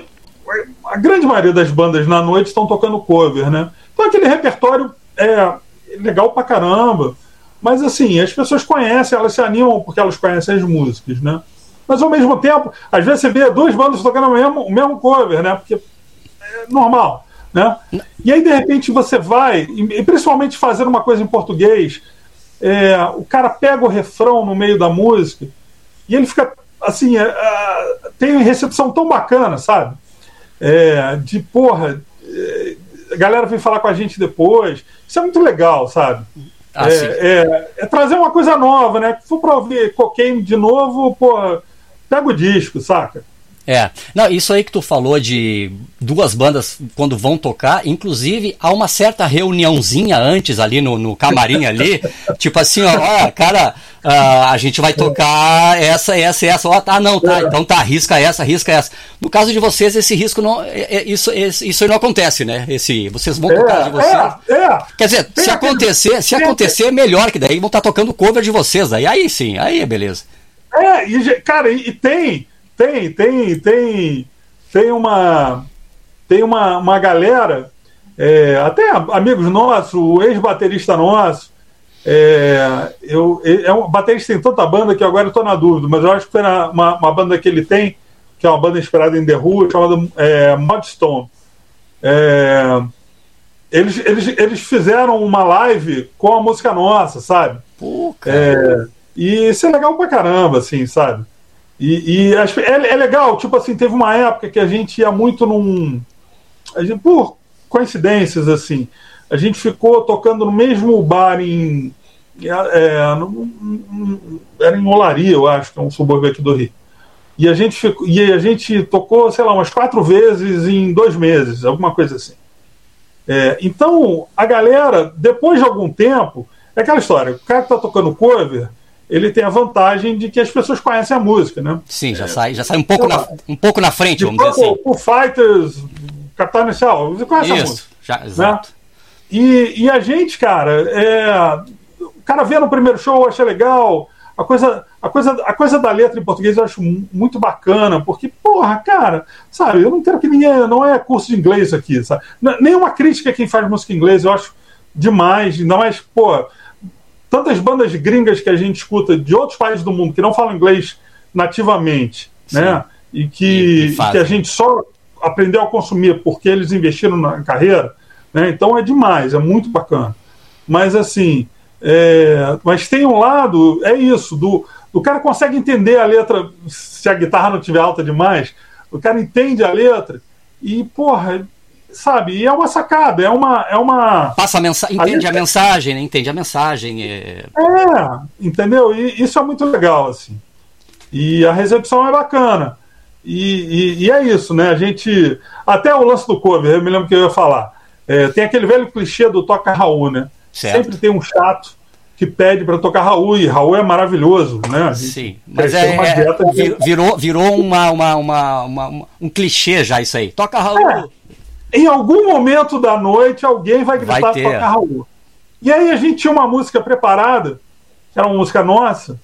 a grande maioria das bandas na noite estão tocando cover, né? Então aquele repertório é legal pra caramba, mas assim, as pessoas conhecem, elas se animam porque elas conhecem as músicas, né? Mas ao mesmo tempo, às vezes você vê duas bandas tocando o mesmo, o mesmo cover, né? Porque é normal. né? E aí, de repente, você vai, e principalmente fazendo uma coisa em português, é, o cara pega o refrão no meio da música e ele fica, assim, é, é, tem uma recepção tão bacana, sabe? É, de, porra, é, a galera vem falar com a gente depois. Isso é muito legal, sabe? Ah, é, é, é trazer uma coisa nova, né? Se for pra ouvir Cocaine de novo, porra, pega o disco, saca? É, não, isso aí que tu falou de duas bandas quando vão tocar, inclusive há uma certa reuniãozinha antes ali no, no camarim ali, tipo assim, ó, ó cara, uh, a gente vai tocar essa, essa e essa, ó, tá, não, tá, então tá, risca essa, risca essa. No caso de vocês, esse risco não, é, é, isso, esse, isso aí não acontece, né? Esse, vocês vão tocar é, de vocês. É, é. Quer dizer, Tem se aquele, acontecer, se acontecer é melhor, que daí vão estar tocando cover de vocês, aí, aí sim, aí é beleza. É, e, cara, e, e tem... Tem, tem, tem, tem uma, tem uma, uma galera, é, até amigos nossos, o ex-baterista nosso, é, eu, é um baterista em tanta banda que agora eu estou na dúvida, mas eu acho que foi na, uma, uma banda que ele tem, que é uma banda inspirada em The Who, chamada é, Modstone. É, eles, eles, eles fizeram uma live com a música nossa, sabe? Pô, cara. É, e isso é legal pra caramba, assim, sabe? E, e é, é legal, tipo assim, teve uma época que a gente ia muito num... A gente, por coincidências, assim, a gente ficou tocando no mesmo bar em... É, no, era em Olaria, eu acho, que é um subúrbio aqui do Rio. E a gente, ficou, e a gente tocou, sei lá, umas quatro vezes em dois meses, alguma coisa assim. É, então, a galera, depois de algum tempo, é aquela história, o cara que tá tocando cover... ele tem a vantagem de que as pessoas conhecem a música, né? Sim, já é, sai, já sai um, pouco na, um pouco na frente, vamos dizer assim. O Fighters, Capital Inicial, você conhece Isso, a música. Já, exato. Né? E, e a gente, cara, é, o cara vê no primeiro show, acha legal, a coisa, a, coisa, a coisa da letra em português eu acho muito bacana, porque, porra, cara, sabe, eu não quero que ninguém, não é curso de inglês isso aqui, sabe? Nenhuma crítica a quem faz música em inglês, eu acho demais, ainda mais, pô, tantas bandas gringas que a gente escuta de outros países do mundo que não falam inglês nativamente, sim, né? E que, e, e que a gente só aprendeu a consumir porque eles investiram na carreira, né? Então é demais, é muito bacana. Mas assim, é, mas tem um lado, é isso, do, o cara consegue entender a letra, se a guitarra não estiver alta demais, o cara entende a letra e, porra, sabe, e é uma sacada, é uma... É uma Passa a mensagem, entende a, a mensagem, né? Entende a mensagem. É... é, entendeu? E isso é muito legal, assim. E a recepção é bacana. E, e, e é isso, né? A gente... Até o lance do cover, eu me lembro que eu ia falar. É, tem aquele velho clichê do toca Raul, né? Certo. Sempre tem um chato que pede para tocar Raul, e Raul é maravilhoso, né? Sim, mas é, uma é de... virou, virou uma, uma, uma, uma, um clichê já isso aí. Toca Raul... É. Em algum momento da noite, alguém vai gritar vai tocar Raul. E aí a gente tinha uma música preparada, que era uma música nossa,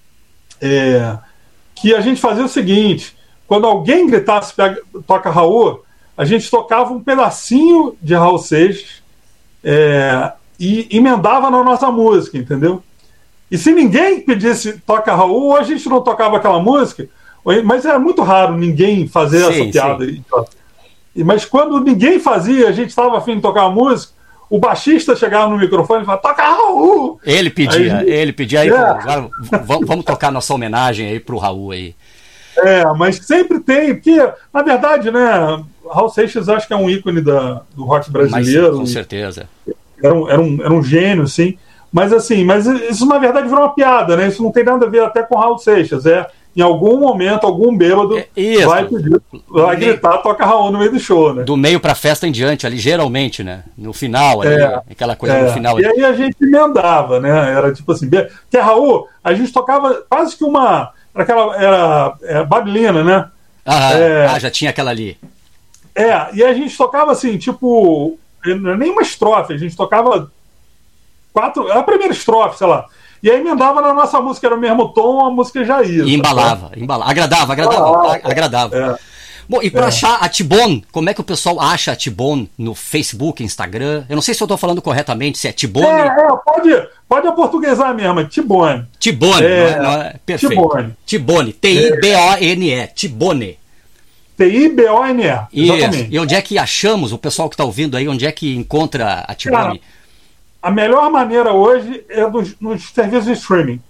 é, que a gente fazia o seguinte, quando alguém gritasse toca Raul, a gente tocava um pedacinho de Raul Seixas é, e emendava na nossa música, entendeu? E se ninguém pedisse toca Raul, a gente não tocava aquela música, mas era muito raro ninguém fazer sim, essa piada aí. Mas quando ninguém fazia, a gente estava afim de tocar a música, o baixista chegava no microfone e falava, toca Raul! Ele pedia, aí, ele pedia aí, é. pô, vamos, vamos tocar nossa homenagem aí pro Raul aí. É, mas sempre tem, porque, na verdade, né, Raul Seixas acho que é um ícone da, do rock brasileiro. Mas, com certeza. Era um, era, um, era um gênio, sim. Mas assim, mas isso na verdade virou uma piada, né? Isso não tem nada a ver até com Raul Seixas, é... Em algum momento, algum bêbado é vai pedir, vai meio, gritar, toca Raul no meio do show, né? Do meio pra festa em diante, ali, geralmente, né? No final, ali, é, aquela coisa é. no final. E aí a gente emendava, né? Era tipo assim, que é Raul, a gente tocava quase que uma. Aquela, era é, Babilina, né? Ah, é, ah, já tinha aquela ali. É, e a gente tocava assim, tipo, nem uma estrofe, a gente tocava quatro. A primeira estrofe, sei lá. E aí emendava na nossa música, era o mesmo tom, a música já ia. E embalava, embalava. Agradava, agradava, ah, agradava. É. Bom, e para é. achar a T-Bone, como é que o pessoal acha a T-Bone no Facebook, Instagram? Eu não sei se eu estou falando corretamente, se é T-Bone. É, é, pode, pode aportuguesar mesmo, é T-Bone. T-Bone, é, não é, não é? Perfeito. T-Bone. T-Bone, T I B O N E, T-Bone. T I B O N E. Exatamente. E onde é que achamos, o pessoal que está ouvindo aí, onde é que encontra a T-Bone? A melhor maneira hoje é nos, nos serviços de streaming.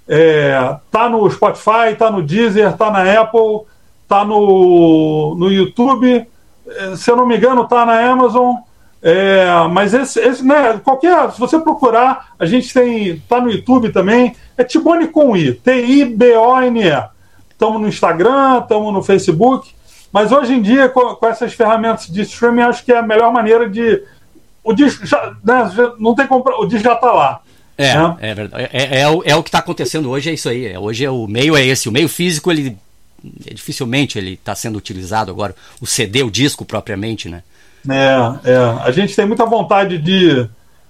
É, tá no Spotify, tá no Deezer, tá na Apple, tá no, no YouTube, é, se eu não me engano, tá na Amazon. É, mas esse, esse, né, qualquer, se você procurar, a gente tem, tá no YouTube também, é T-Bone com I, T I B O N E. Estamos no Instagram, estamos no Facebook, mas hoje em dia, com, com essas ferramentas de streaming, acho que é a melhor maneira de. O disco já, né, não tem como, o disco já está lá. É, né? é verdade. É, é, é, o, é o que está acontecendo hoje, é isso aí. É, hoje é, o meio é esse. O meio físico, ele é, dificilmente ele está sendo utilizado agora. O C D, o disco propriamente, né? É, é. A gente tem muita vontade de,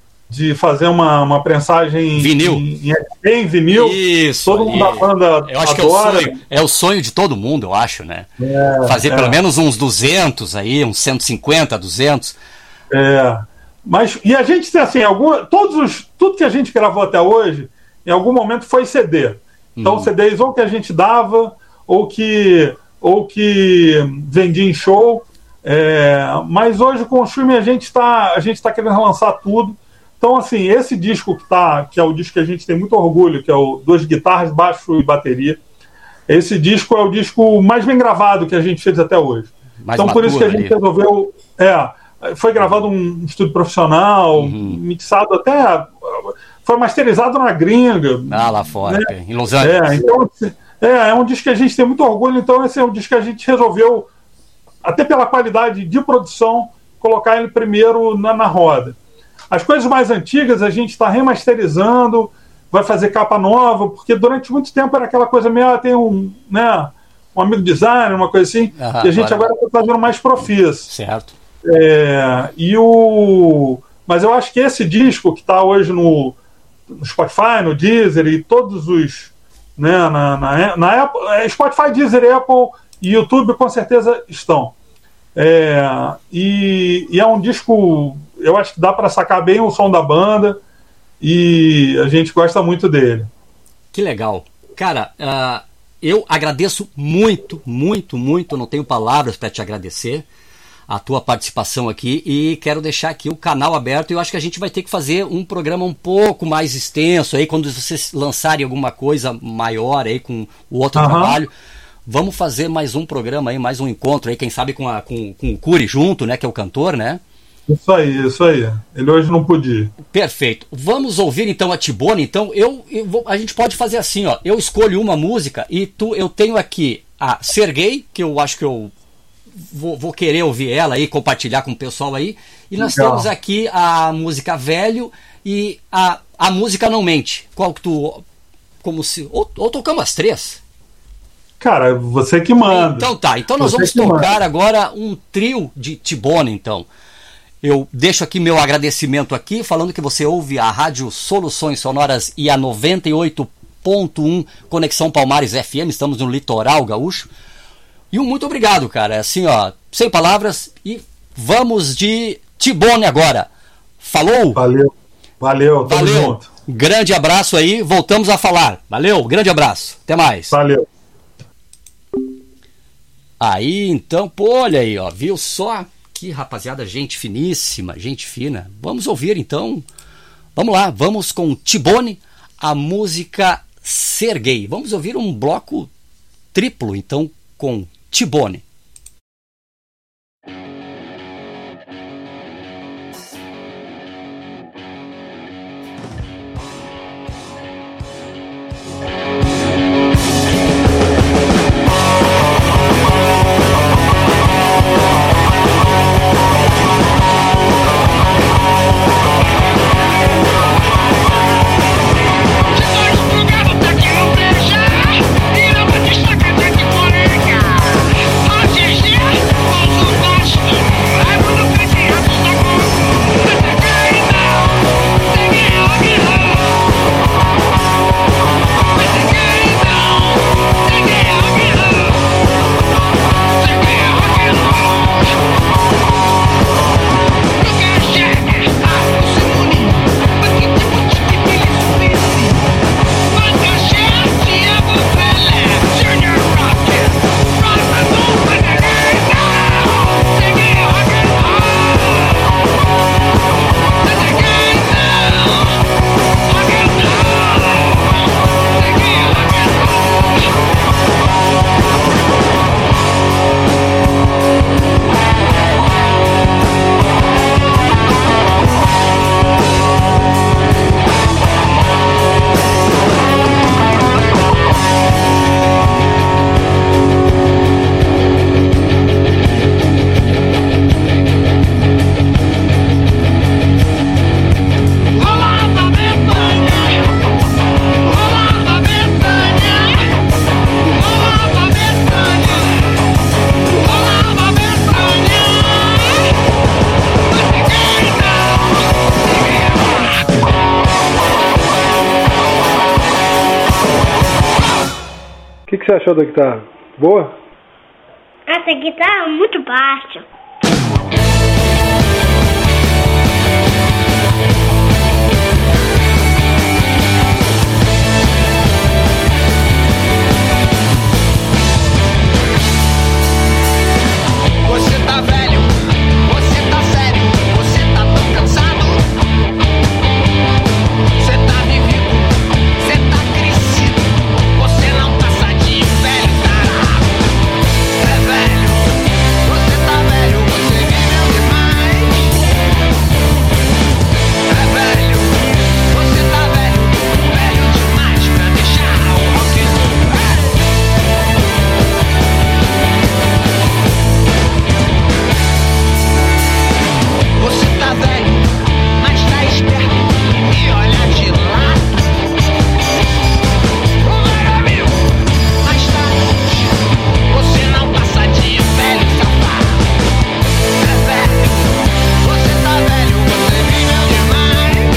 de fazer uma, uma prensagem vinil. Em, em, em vinil. Isso. Todo mundo da banda eu acho adora. Que é, o sonho, é o sonho de todo mundo, eu acho, né? É, fazer é. pelo menos uns duzentos aí, uns cento e cinquenta, duzentos. É. Mas, e a gente tem assim, algum, todos os, tudo que a gente gravou até hoje, em algum momento foi C D. Então, Uhum. C Ds ou que a gente dava, ou que, ou que vendia em show. É, mas hoje, com o streaming, a gente está a gente tá querendo lançar tudo. Então, assim, esse disco que, tá, que é o disco que a gente tem muito orgulho, que é o Duas Guitarras, Baixo e Bateria, esse disco é o disco mais bem gravado que a gente fez até hoje. Mais então, por isso que a maduro gente ali. resolveu... É, foi gravado um estúdio profissional, Uhum. mixado até... Foi masterizado na gringa. Ah, lá fora, né? em Los Angeles. É, então, é, é um disco que a gente tem muito orgulho, então esse é um disco que a gente resolveu, até pela qualidade de produção, colocar ele primeiro na, na roda. As coisas mais antigas a gente está remasterizando, vai fazer capa nova, porque durante muito tempo era aquela coisa meio, ah, tem um, né, um amigo designer, uma coisa assim, Ah, e a gente agora- agora está fazendo mais profis. Certo. É, e o, mas eu acho que esse disco que está hoje no, no Spotify, no Deezer e todos os, né, na, na, na Apple, é, Spotify, Deezer, Apple e YouTube com certeza estão. É, e, e é um disco, eu acho que dá para sacar bem o som da banda e a gente gosta muito dele. Que legal. Cara, uh, eu agradeço muito, muito, muito, não tenho palavras para te agradecer a tua participação aqui e quero deixar aqui o canal aberto. Eu acho que a gente vai ter que fazer um programa um pouco mais extenso aí, quando vocês lançarem alguma coisa maior aí com o outro Aham. trabalho. Vamos fazer mais um programa aí, mais um encontro aí, quem sabe com, a, com, com o Curi junto, né, que é o cantor, né? Isso aí, isso aí. Ele hoje não podia. Perfeito. Vamos ouvir então a T-Bone. Então, eu, eu vou- a gente pode fazer assim, ó. Eu escolho uma música e tu, eu tenho aqui a Serguei, que eu acho que eu vou, vou querer ouvir ela aí, compartilhar com o pessoal aí. E nós Legal. temos aqui a música Velho e a, a música Não Mente. Qual que tu... Como se... Ou, ou tocamos as três? Cara, você que manda. Então tá, então nós Você vamos que manda. tocar agora um trio de T-Bone, então. Eu deixo aqui meu agradecimento aqui, falando que você ouve a Rádio Soluções Sonoras e a noventa e oito ponto um Conexão Palmares F M, estamos no litoral gaúcho. E um muito obrigado, cara. Assim, ó, sem palavras, e vamos de T-Bone agora. Falou? Valeu, valeu, tamo Valeu. junto. Grande abraço aí, voltamos a falar. Valeu, grande abraço. Até mais. Valeu. Aí, então, pô, olha aí, ó, viu só? Que rapaziada, gente finíssima, gente fina. Vamos ouvir, então. Vamos lá, vamos com T-Bone, a música Serguei. Vamos ouvir um bloco triplo, então, com T-Bone. Lugar até que não beijar, e não vai destacar até que colega. que, que você achou da guitarra? Boa? Essa guitarra é muito baixa. Você tá velho, você tá sério, você tá tão cansado. Você tá vivido, você tá crescido, você não tá sadio, velho tarado. É velho, você tá velho, você viveu demais. É velho, você tá velho, velho demais pra deixar o rock and roll. Você tá velho, mas tá esperto e me olha de lado. Não era meu, mas tá longe. Você não passa de velho safado. É velho, você tá velho, você viveu demais.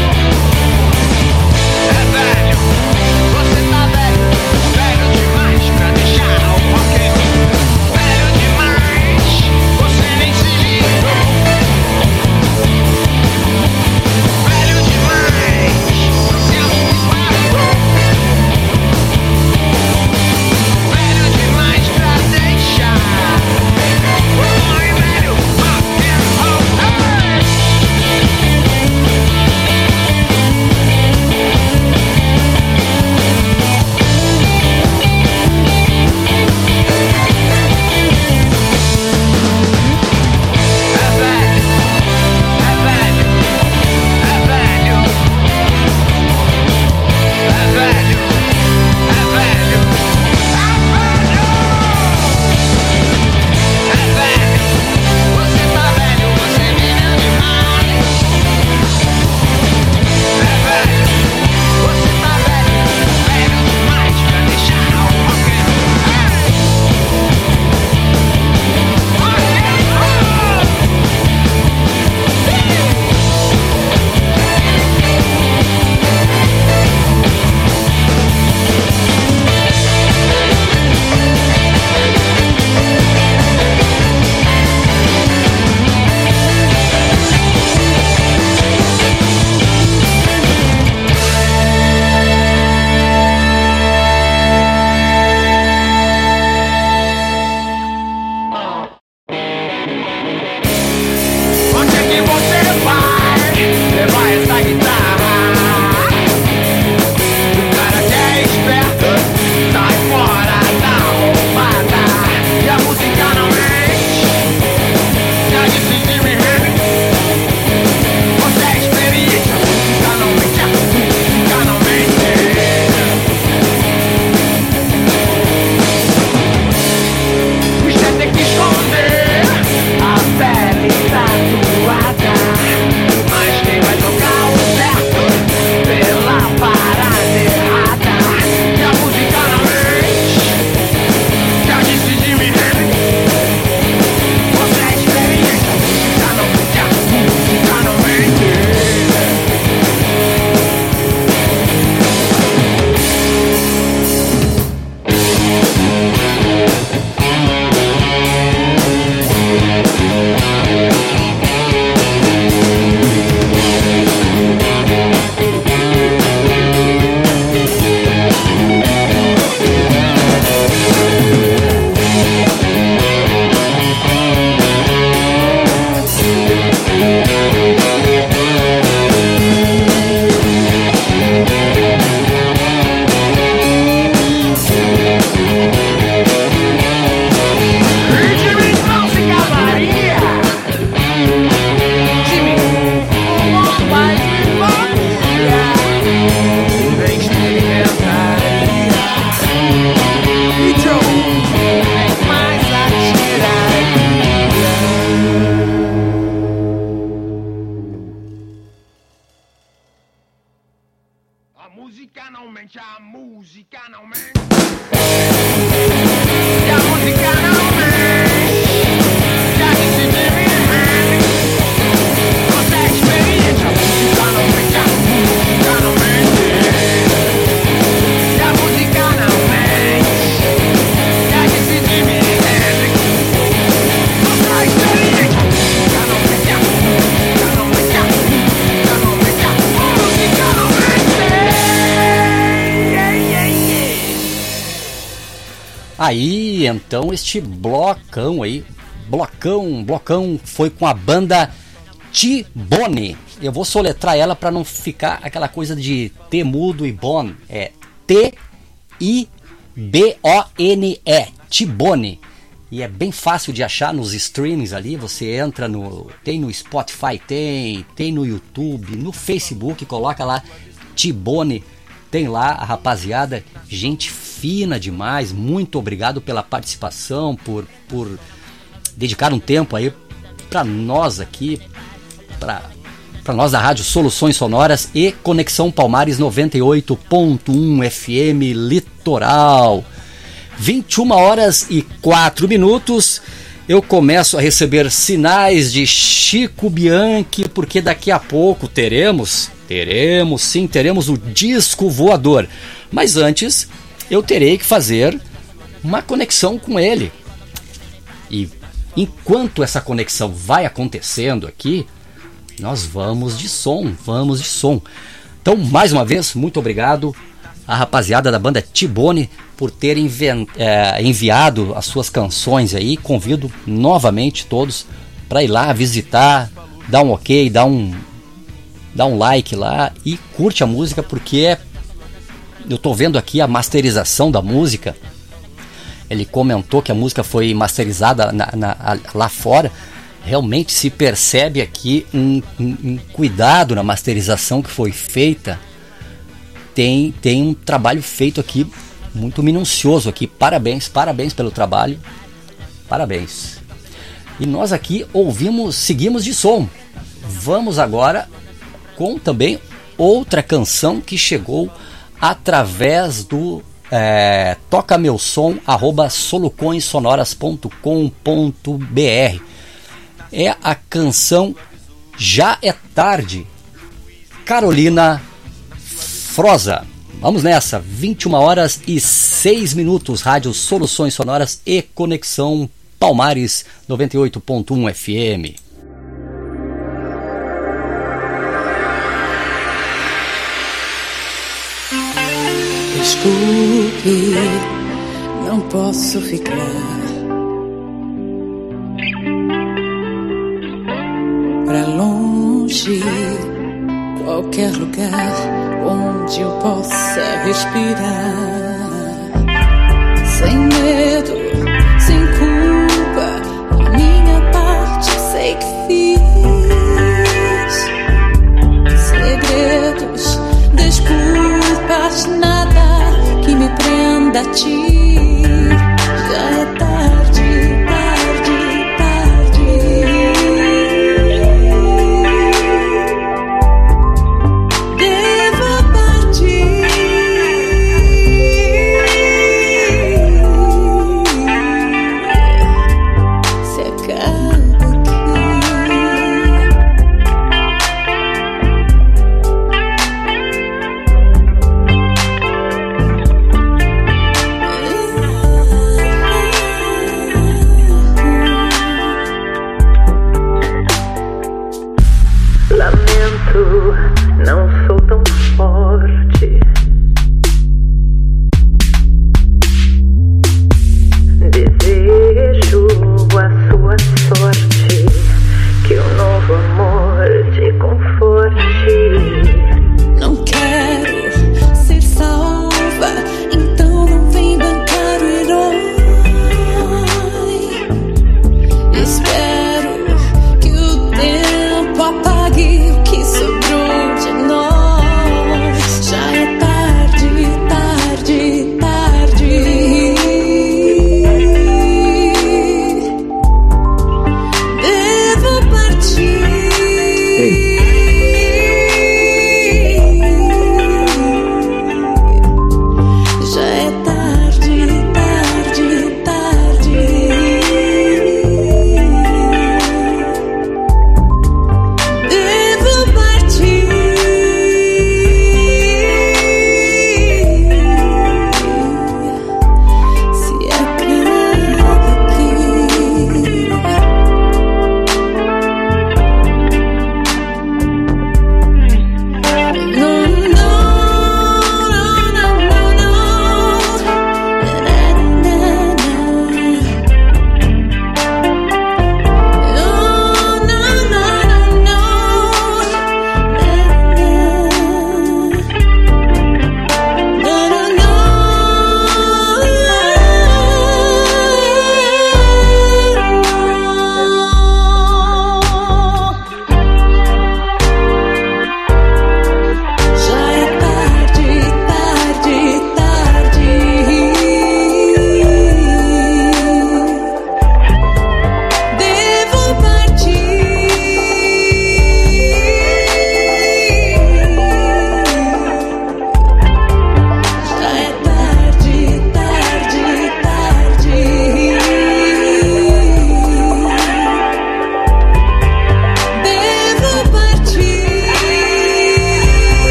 É velho, você tá velho, velho demais pra deixar o rock and roll. Velho demais, você nem se ligou. Velho demais, não se preocupou. Velho demais pra deixar. Oi, velho, rock and roll. É velho, é velho, é velho. É velho, é velho, é velho. É velho, você tá velho, você viveu demais. É velho, você tá velho, velho demais pra deixar o rock and roll. Rock and roll. Onde é que você vai levar essa guitarra? O cara que é esperto sai fora da roubada. E a música não mente. Já disse Jimi Hendrix. Você é experiente, a música não mente, a música não mente. Você tem que esconder a pele tatuada. Mas quem vai tocar o certo pela parada errada? E a música não mente. Já disse Jimi Hendrix. Você é experiente, a música não mente, a música não mente. Jimmy não se casaria. Jimmy, o pai de família, nem experimentaria. E Joe, nem mais atiraria. A música não mente, a música não mente. E a música não mente. Já disse Jimi Hendrix. Você é experiente, a música não mente, a música não mente. E a música não mente. Aí, então, este blocão aí, blocão, blocão, foi com a banda T-Bone. Eu vou soletrar ela para não ficar aquela coisa de T mudo e Bon. É T I B O N E, T-Bone. E é bem fácil de achar nos streamings ali. Você entra no... Tem no Spotify, tem, tem no YouTube, no Facebook, coloca lá T-Bone. Tem lá a rapaziada, gente fina demais. Muito obrigado pela participação, por, por dedicar um tempo aí para nós aqui, para para nós da Rádio Soluções Sonoras e Conexão Palmares noventa e oito ponto um F M Litoral. vinte e uma horas e quatro minutos. Eu começo a receber sinais de Chico Bianchi, porque daqui a pouco teremos, teremos sim, teremos o disco voador. Mas antes, eu terei que fazer uma conexão com ele. E enquanto essa conexão vai acontecendo aqui, nós vamos de som, vamos de som. Então, mais uma vez, muito obrigado à rapaziada da banda T-Bone por ter envi- é, enviado as suas canções aí. Convido novamente todos para ir lá visitar, dar um ok, dar um, dar um like lá e curte a música, porque eu tô vendo aqui a masterização da música. Ele comentou que a música foi masterizada na, na, lá fora. Realmente se percebe aqui um, um, um cuidado na masterização que foi feita. Tem, tem um trabalho feito aqui muito minucioso aqui. Parabéns, parabéns pelo trabalho. Parabéns. E nós aqui ouvimos, seguimos de som. Vamos agora com também outra canção que chegou através do é, toca meu som arroba soluções sonoras ponto com ponto b r. É a canção Já é Tarde, Carolina Froza. Vamos nessa, vinte e uma horas e seis minutos, Rádio Soluções Sonoras e Conexão Palmares noventa e oito ponto um F M. Desculpe, não posso ficar. Pra longe, qualquer lugar onde eu possa respirar. Sem medo, sem culpa, a minha parte sei que fiz. Segredos, desculpas, nada que me prenda a ti. Já é tarde, tarde, tarde. Devo partir. Se acaba aqui.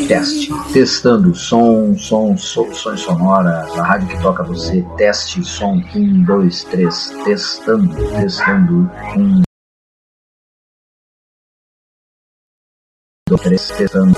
Teste. Testando som, som, soluções sonoras, a rádio que toca você. Teste, som, um, dois, três. Testando, testando, um, dois, três, testando.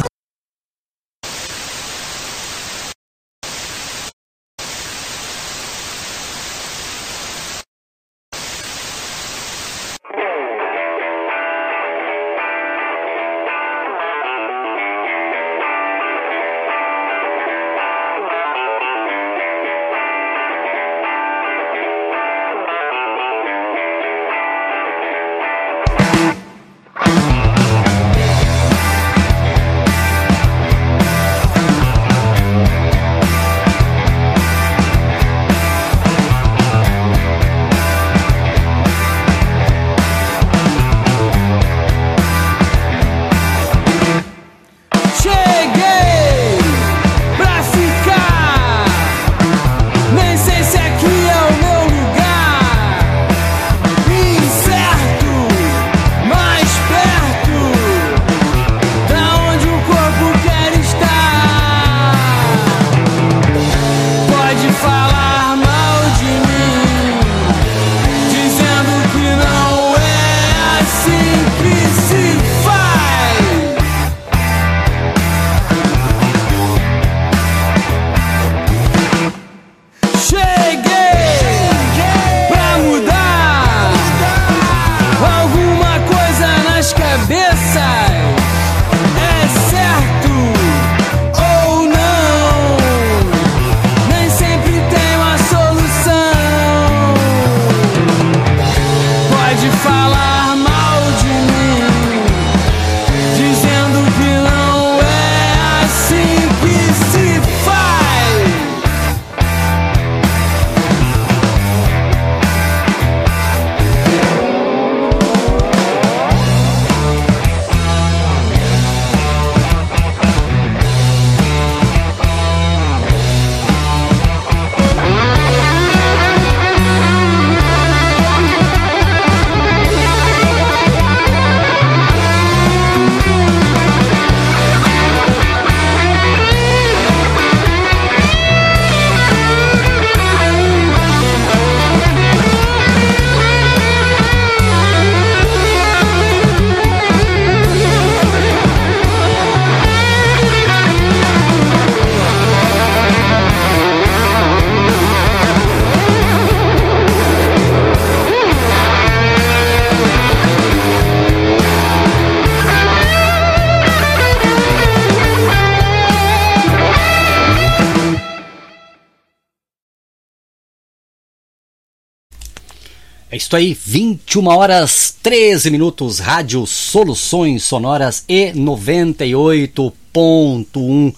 É isso aí, vinte e uma horas treze minutos, Rádio Soluções Sonoras e noventa e oito ponto um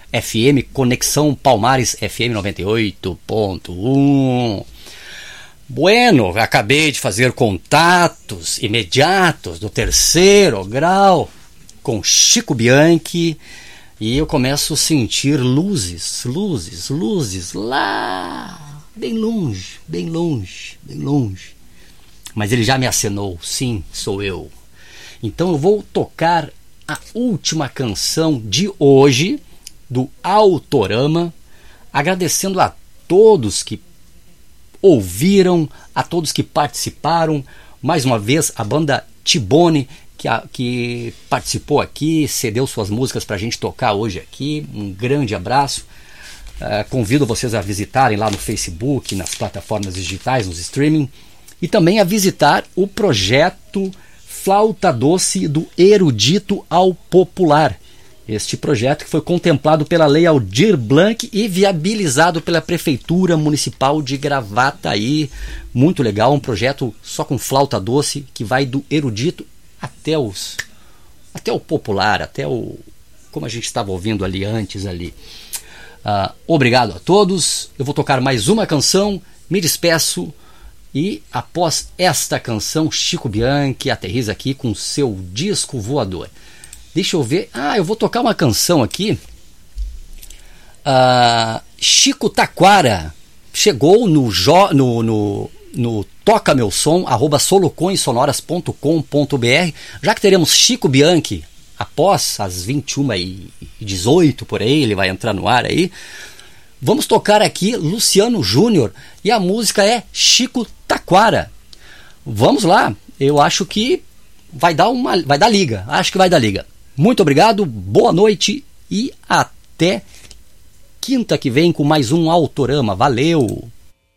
F M, Conexão Palmares F M noventa e oito ponto um. Bueno, acabei de fazer contatos imediatos do terceiro grau com Chico Bianchi e eu começo a sentir luzes, luzes, luzes lá, bem longe, bem longe, bem longe. Mas ele já me acenou, sim, sou eu. Então eu vou tocar a última canção de hoje do Autorama, agradecendo a todos que ouviram, a todos que participaram. Mais uma vez a banda Tibone que, a, que participou aqui, cedeu suas músicas para a gente tocar hoje aqui. Um grande abraço. Uh, convido vocês a visitarem lá no Facebook, nas plataformas digitais, nos streaming, e também a visitar o projeto Flauta Doce do Erudito ao Popular. Este projeto que foi contemplado pela Lei Aldir Blanc e viabilizado pela Prefeitura Municipal de Gravataí. Muito legal, um projeto só com flauta doce que vai do erudito até os até o popular, até o como a gente estava ouvindo ali antes ali. Uh, obrigado a todos. Eu vou tocar mais uma canção, me despeço e após esta canção Chico Bianchi aterriza aqui com seu disco voador. Deixa eu ver. Ah, eu vou tocar uma canção aqui. Uh, Chico Taquara chegou no, jo, no, no, no Toca Meu Som, arroba soluções sonoras ponto com ponto br. Já que teremos Chico Bianchi após as vinte e uma e dezoito por aí, ele vai entrar no ar aí. Vamos tocar aqui Luciano Júnior e a música é Chico Taquara. Vamos lá, eu acho que vai dar uma, vai dar liga, acho que vai dar liga. Muito obrigado, boa noite e até quinta que vem com mais um Autorama. Valeu!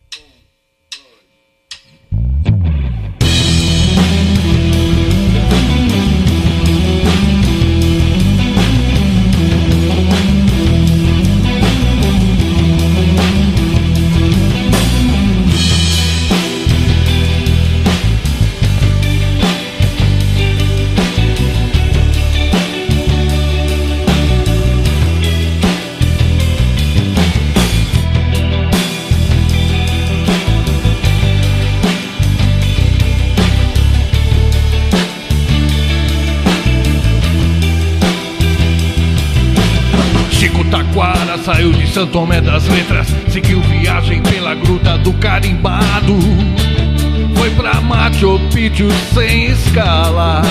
Saiu de Santo Tomé das Letras, seguiu viagem pela Gruta do Carimbado, foi pra Machu Picchu sem escala,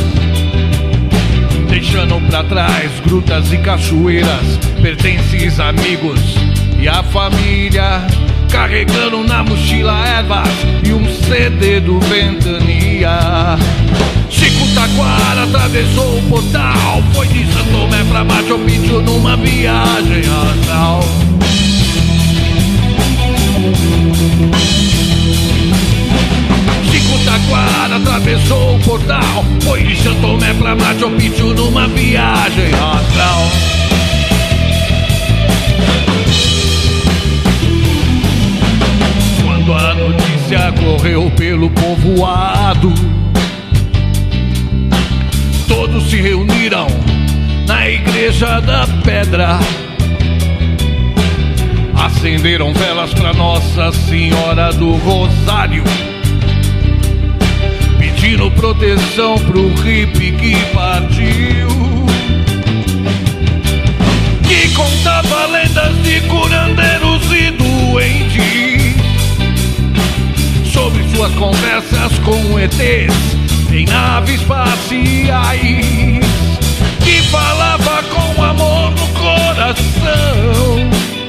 deixando pra trás grutas e cachoeiras, pertences, amigos e a família, carregando na mochila ervas e um C D do Ventania. Chico Taquara atravessou o portal, foi de Santo Tomé pra Machu Picchu numa viagem astral. Chico Taquara atravessou o portal, foi de Santo Tomé pra Machu Picchu numa viagem astral. Quando a notícia correu pelo povoado, todos se reuniram na Igreja da Pedra, acenderam velas pra Nossa Senhora do Rosário, pedindo proteção pro hippie que partiu, que contava lendas de curandeiros e doentes, sobre suas conversas com E Tês em naves espaciais, que falava com amor no coração,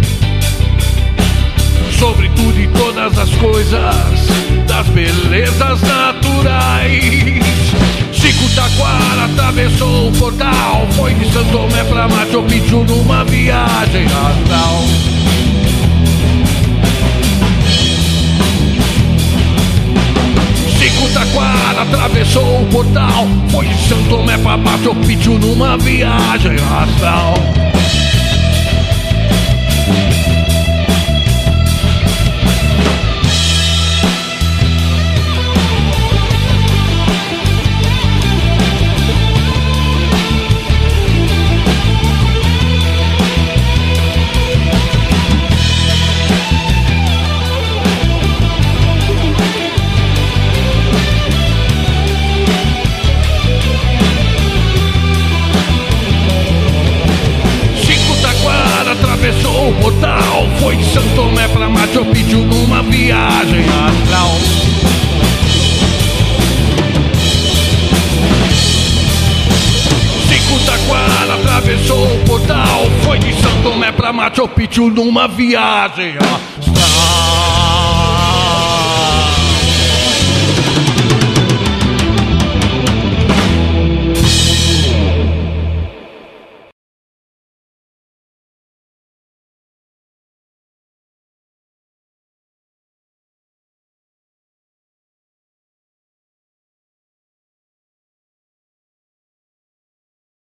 sobre tudo e todas as coisas, das belezas naturais. Chico Taquara atravessou o portal, foi de Santo Tomé pra Machu Picchu numa viagem astral. Chico Taquara atravessou o portal, foi de Santo Tomé pra Machu Picchu numa viagem astral. Atravessou o portal, foi de Santo Tomé pra Machu Picchu numa viagem astral. Chico Taquara atravessou o portal, foi de Santo Tomé pra Machu Picchu numa viagem astral.